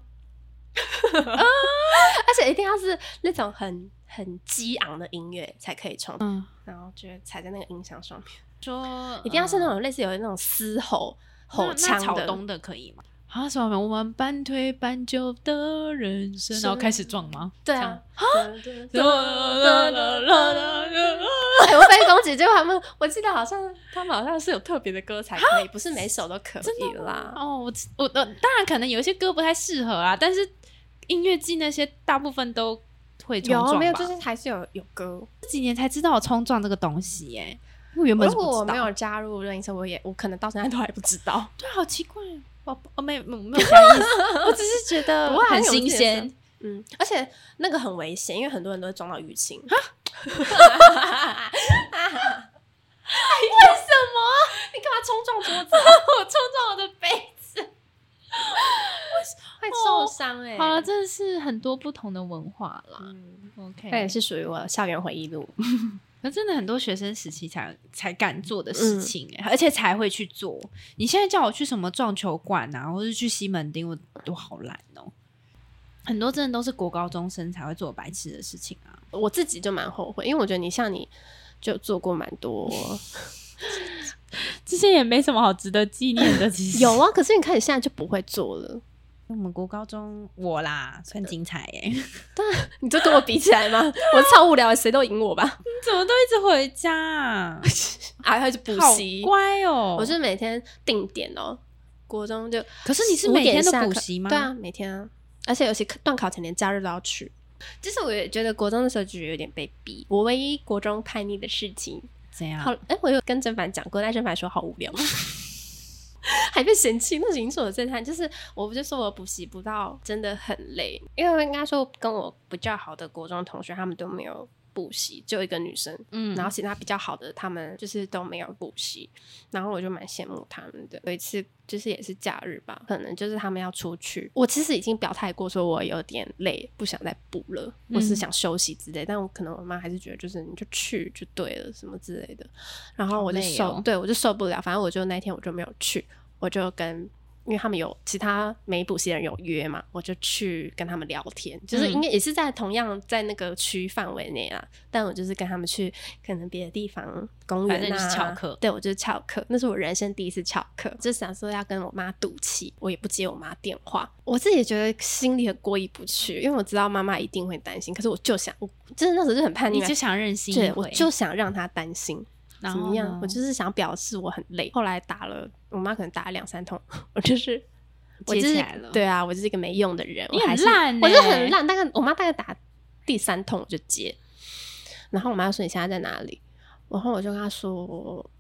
而且一定要是那种很很激昂的音乐才可以冲、嗯、然后就踩在那个音箱上面，说一定要是那种类似有那种嘶吼吼腔的。 草东的可以吗？啊什么？我们半推半就的人生，然后开始撞吗？ 对啊。哎、欸，我被攻击，结果他们，我记得好像他们好像是有特别的歌才可以，不是每首都可以啦。 哦，我我当然可能有一些歌不太适合啊，但是音乐季那些大部分都会冲撞吧。 有没有？就是还是有有歌。 这几年才知道有冲撞这个东西耶、欸，我原本是不知道。 如果我没有加入热音社，我也我可能到现在都还不知道。 对，好奇怪。我我没没有加意思，我只是觉得很新鲜。 嗯，而且那个很危险，因为很多人都会撞到淤青。为什么？你干嘛冲撞桌子？ 我冲撞我的杯子， 会受伤哎、欸。 好了，真的是很多不同的文化啦。 嗯 OK， 它也是属于我的校园回忆录。 可真的很多学生时期才才敢做的事情、欸嗯、而且才会去做。你现在叫我去什么撞球馆啊，或是去西门町，我都好懒哦。很多真的都是国高中生才会做白痴的事情啊。 我自己就蛮后悔，因为我觉得你像你就做过蛮多这些也没什么好值得纪念的。其实有啊，可是你看你现在就不会做了。 我们国高中我啦算精彩耶、欸， 当然你就跟我比起来吗？我超无聊，谁都赢我吧。 你怎么都一直回家啊？ 啊，还去补习， 好乖哦。 我是每天定点哦，国中就。 可是你是每天都补习吗？ 对啊，每天啊，而且有些段考前连假日都要去。就是我也觉得国中的时候就有点被逼。我唯一国中叛逆的事情怎样？ 好，哎、欸，我有跟甄凡讲过，但甄凡说好无聊。还被嫌弃，那已经是我的震撼。就是我不就说我补习不到，真的很累。因为应该说跟我比较好的国中同学，他们都没有补习，就一个女生，嗯，然后其他比较好的，他们就是都没有补习，然后我就蛮羡慕他们的。有一次就是也是假日吧，可能就是他们要出去，我其实已经表态过，说我有点累，不想再补了，我是想休息之类，但我可能我妈还是觉得就是你就去就对了，什么之类的。然后我就受，哦、对我就受不了，反正我就那天我就没有去。我就跟，因为他们有其他没补习的人有约嘛，我就去跟他们聊天，就是应该也是在同样在那个区范围内啦，但我就是跟他们去可能别的地方公园啊，反正就是翘课。对，我就是翘课，那是我人生第一次翘课，就想说要跟我妈赌气，我也不接我妈电话，我自己也觉得心里很过意不去，因为我知道妈妈一定会担心，可是我就想，我真的那时候就很叛逆， 你就想任性一回， 对，我就想让她担心。怎么样？我就是想表示我很累。后来打了，我妈可能打了两三通，我就是我接起来了。 对啊，我就是一个没用的人。 你很烂、欸， 我就很烂。大概我妈大概打第三通我就接，然后我妈说你现在在哪里？然后我就跟她说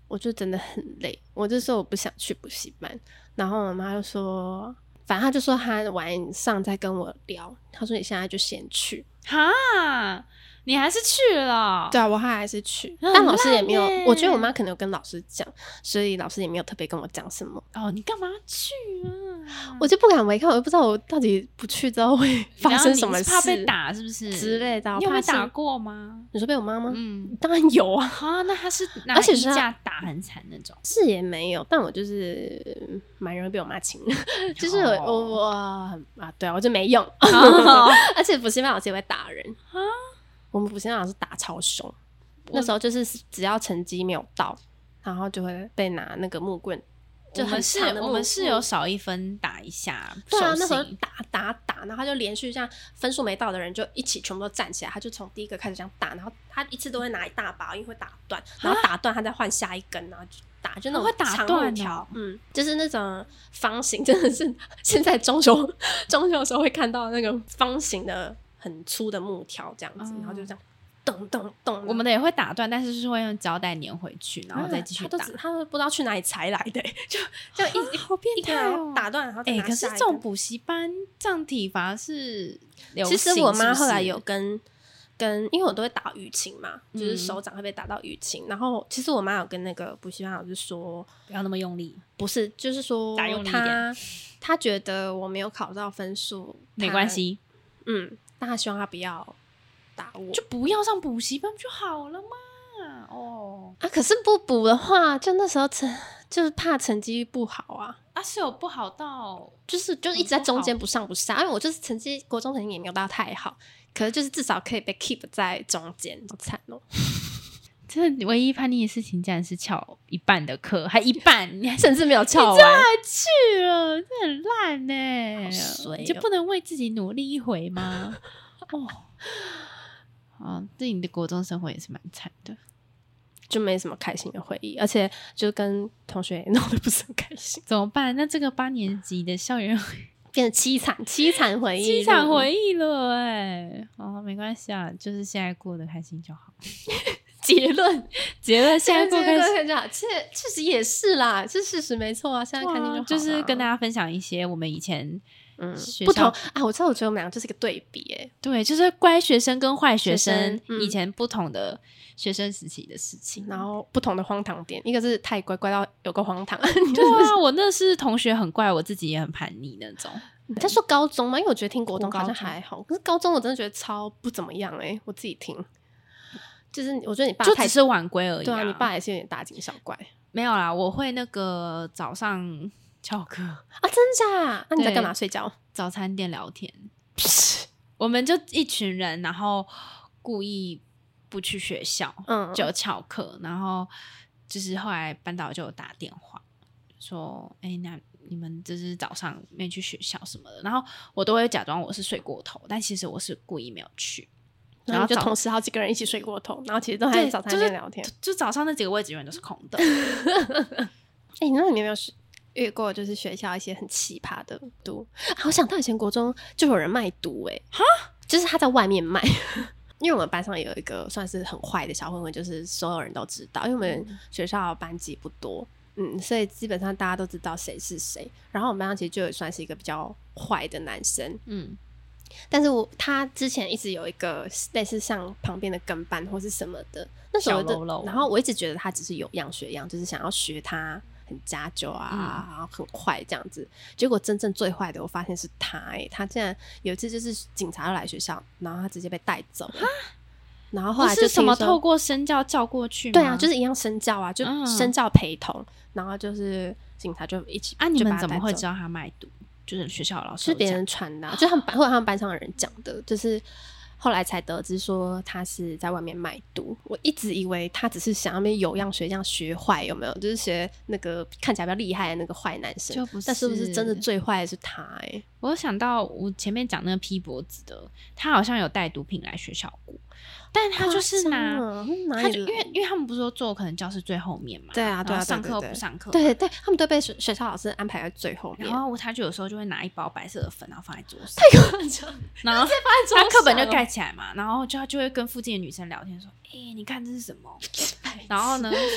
我就真的很累，我就说我不想去补习班，然后我妈就说，反正她就说她晚上再跟我聊，她说你现在就先去。 哈，你还是去了？ 对啊，我还是去，但老师也没有，我觉得我妈可能有跟老师讲，所以老师也没有特别跟我讲什么。 哦，你干嘛去啊？ 我就不敢违抗，我就不知道我到底不去之后会发生什么事， 怕被打是不是之类的？ 你有被打过吗？ 你说被我妈吗？ 嗯， 当然有啊。 啊，那他是拿衣架打很惨那种？ 是也没有，但我就是蛮容易被我妈亲的，就是我、哦、我, 我啊，对啊，我就没用，哦、而且补习班老师也会打人啊。我们补习班老师打超凶，那时候就是只要成绩没有到，然后就会被拿那个木棍。就很长的木棍， 我们是有少一分打一下， 对啊，那时候打打打，然后他就连续这样，分数没到的人就一起全部都站起来，他就从第一个开始这样打，然后他一次都会拿一大把，因为会打断，然后打断他再换下一根，然后就打，就那种长木条，嗯，就是那种方形，真的是现在中秋中秋的时候会看到那个方形的很粗的木条这样子，嗯、然后就这样。咚咚咚， 我们的也会打断，但是是会用胶带粘回去，然后再继续打。 啊、他, 都他都不知道去哪里才来的，就就一、啊、 好变态哦！ 打断，然后再拿下一根。 欸、可是这种补习班这样体罚是流行， 其实我妈后来有跟跟，因为我都会打淤青嘛，嗯、就是手掌会被打到淤青。然后其实我妈有跟那个补习班老师说， 不要那么用力。 不是，就是说打用力一点。 他他觉得我没有考到分数， 没关系。 嗯，但他希望他不要。打我就不要上补习班就好了嘛。哦啊，可是不补的话，就那时候成就是怕成绩不好啊。 啊，是有不好到就是就一直在中间不上不下，因为我就是成绩国中成绩也没有到太好，可是就是至少可以被 keep 在中间，好惨哦。 这唯一叛逆的事情竟然是翘一半的课，还一半，你还甚至没有翘完， 你这还去了，这很烂呢、 欸， 你就不能为自己努力一回吗？哦。啊，对，你的国中生活也是蛮惨的， 就没什么开心的回忆，而且就跟同学也闹得不是很开心， 怎么办？那这个八年级的校园变成凄惨凄惨回忆， 凄惨回忆了哎、欸！哦，没关系啊，就是现在过得开心就好。 结论， 结论，现在过得开心就好，确确实也是啦，这事实没错啊。现在开心就好， 就是跟大家分享一些我们以前。 嗯，不同啊！我知道，我觉得我们两个就是一个对比，哎， 对，就是乖学生跟坏学生， 学生嗯、 以前不同的学生时期的事情， 然后不同的荒唐点，一个是太乖，乖到有个荒唐。 对啊，我那是同学很怪，我自己也很叛逆那种。 你在说高中吗？因为我觉得听国中好像还好，可是高中我真的觉得超不怎么样哎、欸，我自己听，就是我觉得你爸就只是晚归而已、啊， 对啊，你爸也是有点大惊小怪。 没有啦，我会那个早上翘课啊， 真假？那、啊、你在干嘛？睡觉？ 早餐店聊天，我们就一群人，然后故意不去学校，嗯，就翘课，然后就是后来班导就有打电话说，哎、欸，那你们就是早上没去学校什么的，然后我都会假装我是睡过头，但其实我是故意没有去， 然后就同时好几个人一起睡过头，然后其实都在早餐店聊天， 就, 就早上那几个位置永远都是空的。 哎、欸，那你有没有遇过就是学校一些很奇葩的毒啊？我想到以前国中就有人卖毒哎、欸，哈，就是他在外面卖。因为我们班上有一个算是很坏的小混混，就是所有人都知道，因为我们学校班级不多，嗯，所以基本上大家都知道谁是谁。然后我们班上其实就也算是一个比较坏的男生，嗯，但是我他之前一直有一个类似像旁边的跟班或是什么的，那时候的，然后我一直觉得他只是有样学样，就是想要学他。很加酒啊、嗯，然后很坏这样子。结果真正最坏的，我发现是他、欸。他竟然有一次就是警察要来学校，然后他直接被带走了。然后后来就听说不是什么透过身教叫过去吗？ 对啊，就是一样身教啊，就身教陪同、嗯。然后就是警察就一起啊，你们怎么会知道他卖毒？就是学校的老师是别人传的、啊，就他们班或者他们班上的人讲的，就是后来才得知说他是在外面卖毒。我一直以为他只是想要那边有样学样学坏，有没有？就是学那个看起来比较厉害的那个坏男生， 就不是。 但是不是真的最坏的是他、欸？哎， 我有想到我前面讲那个披脖子的，他好像有带毒品来学校过。但他就是拿，他就因为因为他们不是说坐可能教室最后面嘛， 对啊，对啊， 上课不上课， 对对，他们都被学学校老师安排在最后面。 然后他就有时候就会拿一包白色的粉，然后放在桌上， 太夸张， 然后他课本就盖起来嘛，然后就他就会跟附近的女生聊天说：“哎、欸，你看这是什么？”然后呢，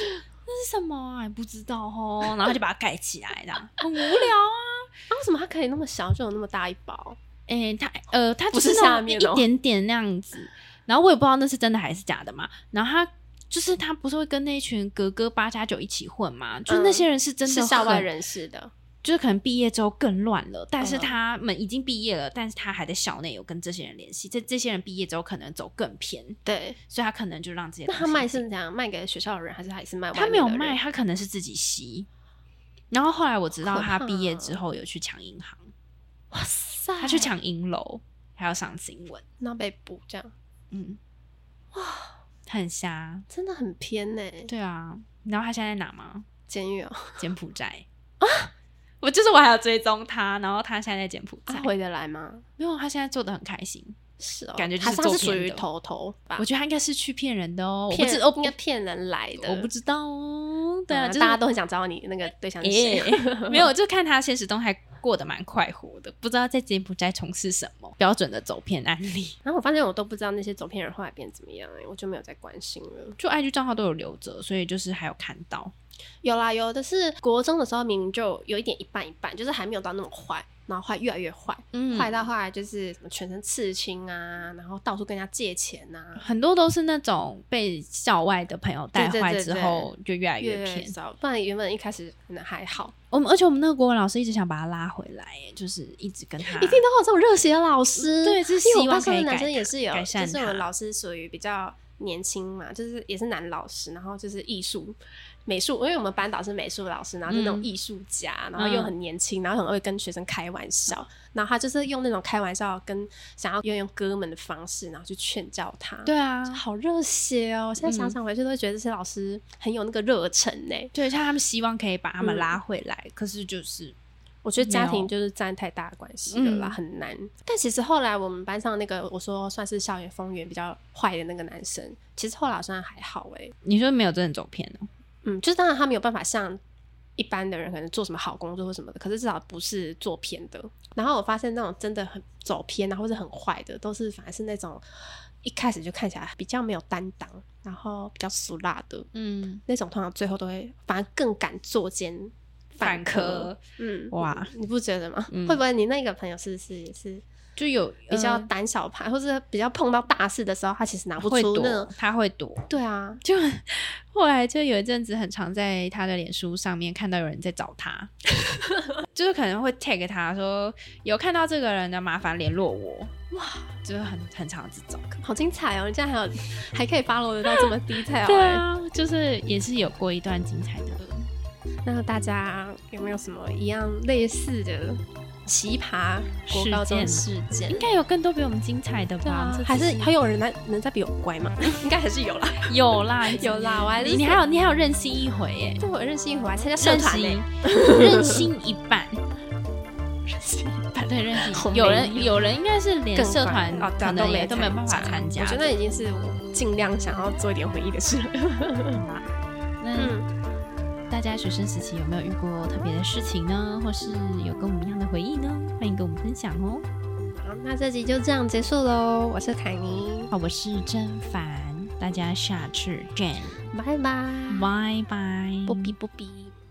那是什么啊？也不知道哦。然后他就把它盖起来的，很无聊啊。 啊，为什么它可以那么小就有那么大一包？ 哎、欸，它呃，它不是下面、 哦、一点点那样子。然后我也不知道那是真的还是假的嘛。然后他就是他不是会跟那一群哥哥八加九一起混嘛？就是那些人是真的、嗯、 是校外人士的。 就是可能毕业之后更乱了，但是他们已经毕业了，但是他还在校内有跟这些人联系。这这些人毕业之后可能走更偏， 对， 所以他可能就让这些。 那他卖是怎样？卖给学校的人，还是他也是卖外面的人？ 他没有卖，他可能是自己吸。然后后来我知道他毕业之后有去抢银行， 哇塞， 他去抢银楼，还要上新闻， 然后被捕这样， 嗯，哇，很瞎， 真的很偏呢、欸。 对啊，然后他现在在哪吗？ 监狱哦， 柬埔寨啊。我就是我还要追踪他，然后他现在在柬埔寨， 他回得来吗？ 没有，他现在做得很开心， 是哦， 感觉就是做他是属于头头吧。 我觉得他应该是去骗人的哦， 骗我不知道应该骗人来的， 我不知道哦。对啊， 嗯就是、 大家都很想知道你那个对象是谁、 欸。没有，就看他现实动态过得蛮快活的，不知道在柬埔寨从事什么标准的走骗案例。 然后我发现我都不知道那些走骗人后来变怎么样、欸，我就没有再关心了。 就 I G 账号都有留着，所以就是还有看到。 有啦，有的是国中的时候明明就有一点一半一半，就是还没有到那么坏，然后坏越来越坏，坏、嗯、到后来就是什么全身刺青啊，然后到处跟人家借钱啊， 很多都是那种被校外的朋友带坏之后就越来越偏， 不然原本一开始可能还好。 我们而且我们那个国文老师一直想把他拉回来，就是一直跟他， 一定都有这种热血的老师， 对，是希望可以改， 因为我班上的男生也是有， 改善他。 就是我们老师属于比较年轻嘛，就是也是男老师，然后就是艺术。美术，因为我们班导是美术老师，然后就那种艺术家、嗯，然后又很年轻，然后很会跟学生开玩笑、嗯，然后他就是用那种开玩笑跟想要用哥们的方式，然后去劝教他。 对啊， 好热血哦！我现在想想回去都会觉得这些老师很有那个热忱呢。 对，像他们希望可以把他们拉回来，嗯、可是就是我觉得家庭就是占太大的关系了啦、嗯，很难。但其实后来我们班上那个我说算是校园风云比较坏的那个男生，其实后来好像还好哎。 你说没有真的走偏哦？ 嗯，就是当然他没有办法像一般的人可能做什么好工作或什么的，可是至少不是做偏的。然后我发现那种真的很走偏啊或者很坏的，都是反而是那种一开始就看起来比较没有担当，然后比较俗辣的，嗯，那种通常最后都会反而更敢作奸犯科。嗯，哇，你不觉得吗？嗯、会不会你那个朋友是不是也是？就有比较胆小派、呃，或是比较碰到大事的时候，他其实拿不出那种， 他会躲。 对啊， 就后来就有一阵子很常在他的脸书上面看到有人在找他，就是可能会 tag 他说有看到这个人的麻烦联络我。哇，就是很很常这种， 好精彩哦！你这样还有还可以 follow 得到这么 detail， 对啊，就是也是有过一段精彩的。 那大家有没有什么一样类似的？奇葩国高中事件， 应该有更多比我们精彩的吧？ 啊、还是还有人能能再比我乖吗？应该还是有啦， 有啦， 有啦。我还是你还有你还有任性一回耶！ 对，我任性一回，还参加社团呢， 任性一半，任性一半，对，任性。有人有人应该是连社团哦， 可能也都没有办法参加。 我觉得那已经是我尽量想要做一点回忆的事了。 那。嗯大家学生时期有没有遇过特别的事情呢？或是有跟我们一样的回忆呢？欢迎跟我们分享哦。 好，那这集就这样结束喽。我是凯妮， 我是甄凡，大家下次见， 拜拜， 拜拜， 不比不比。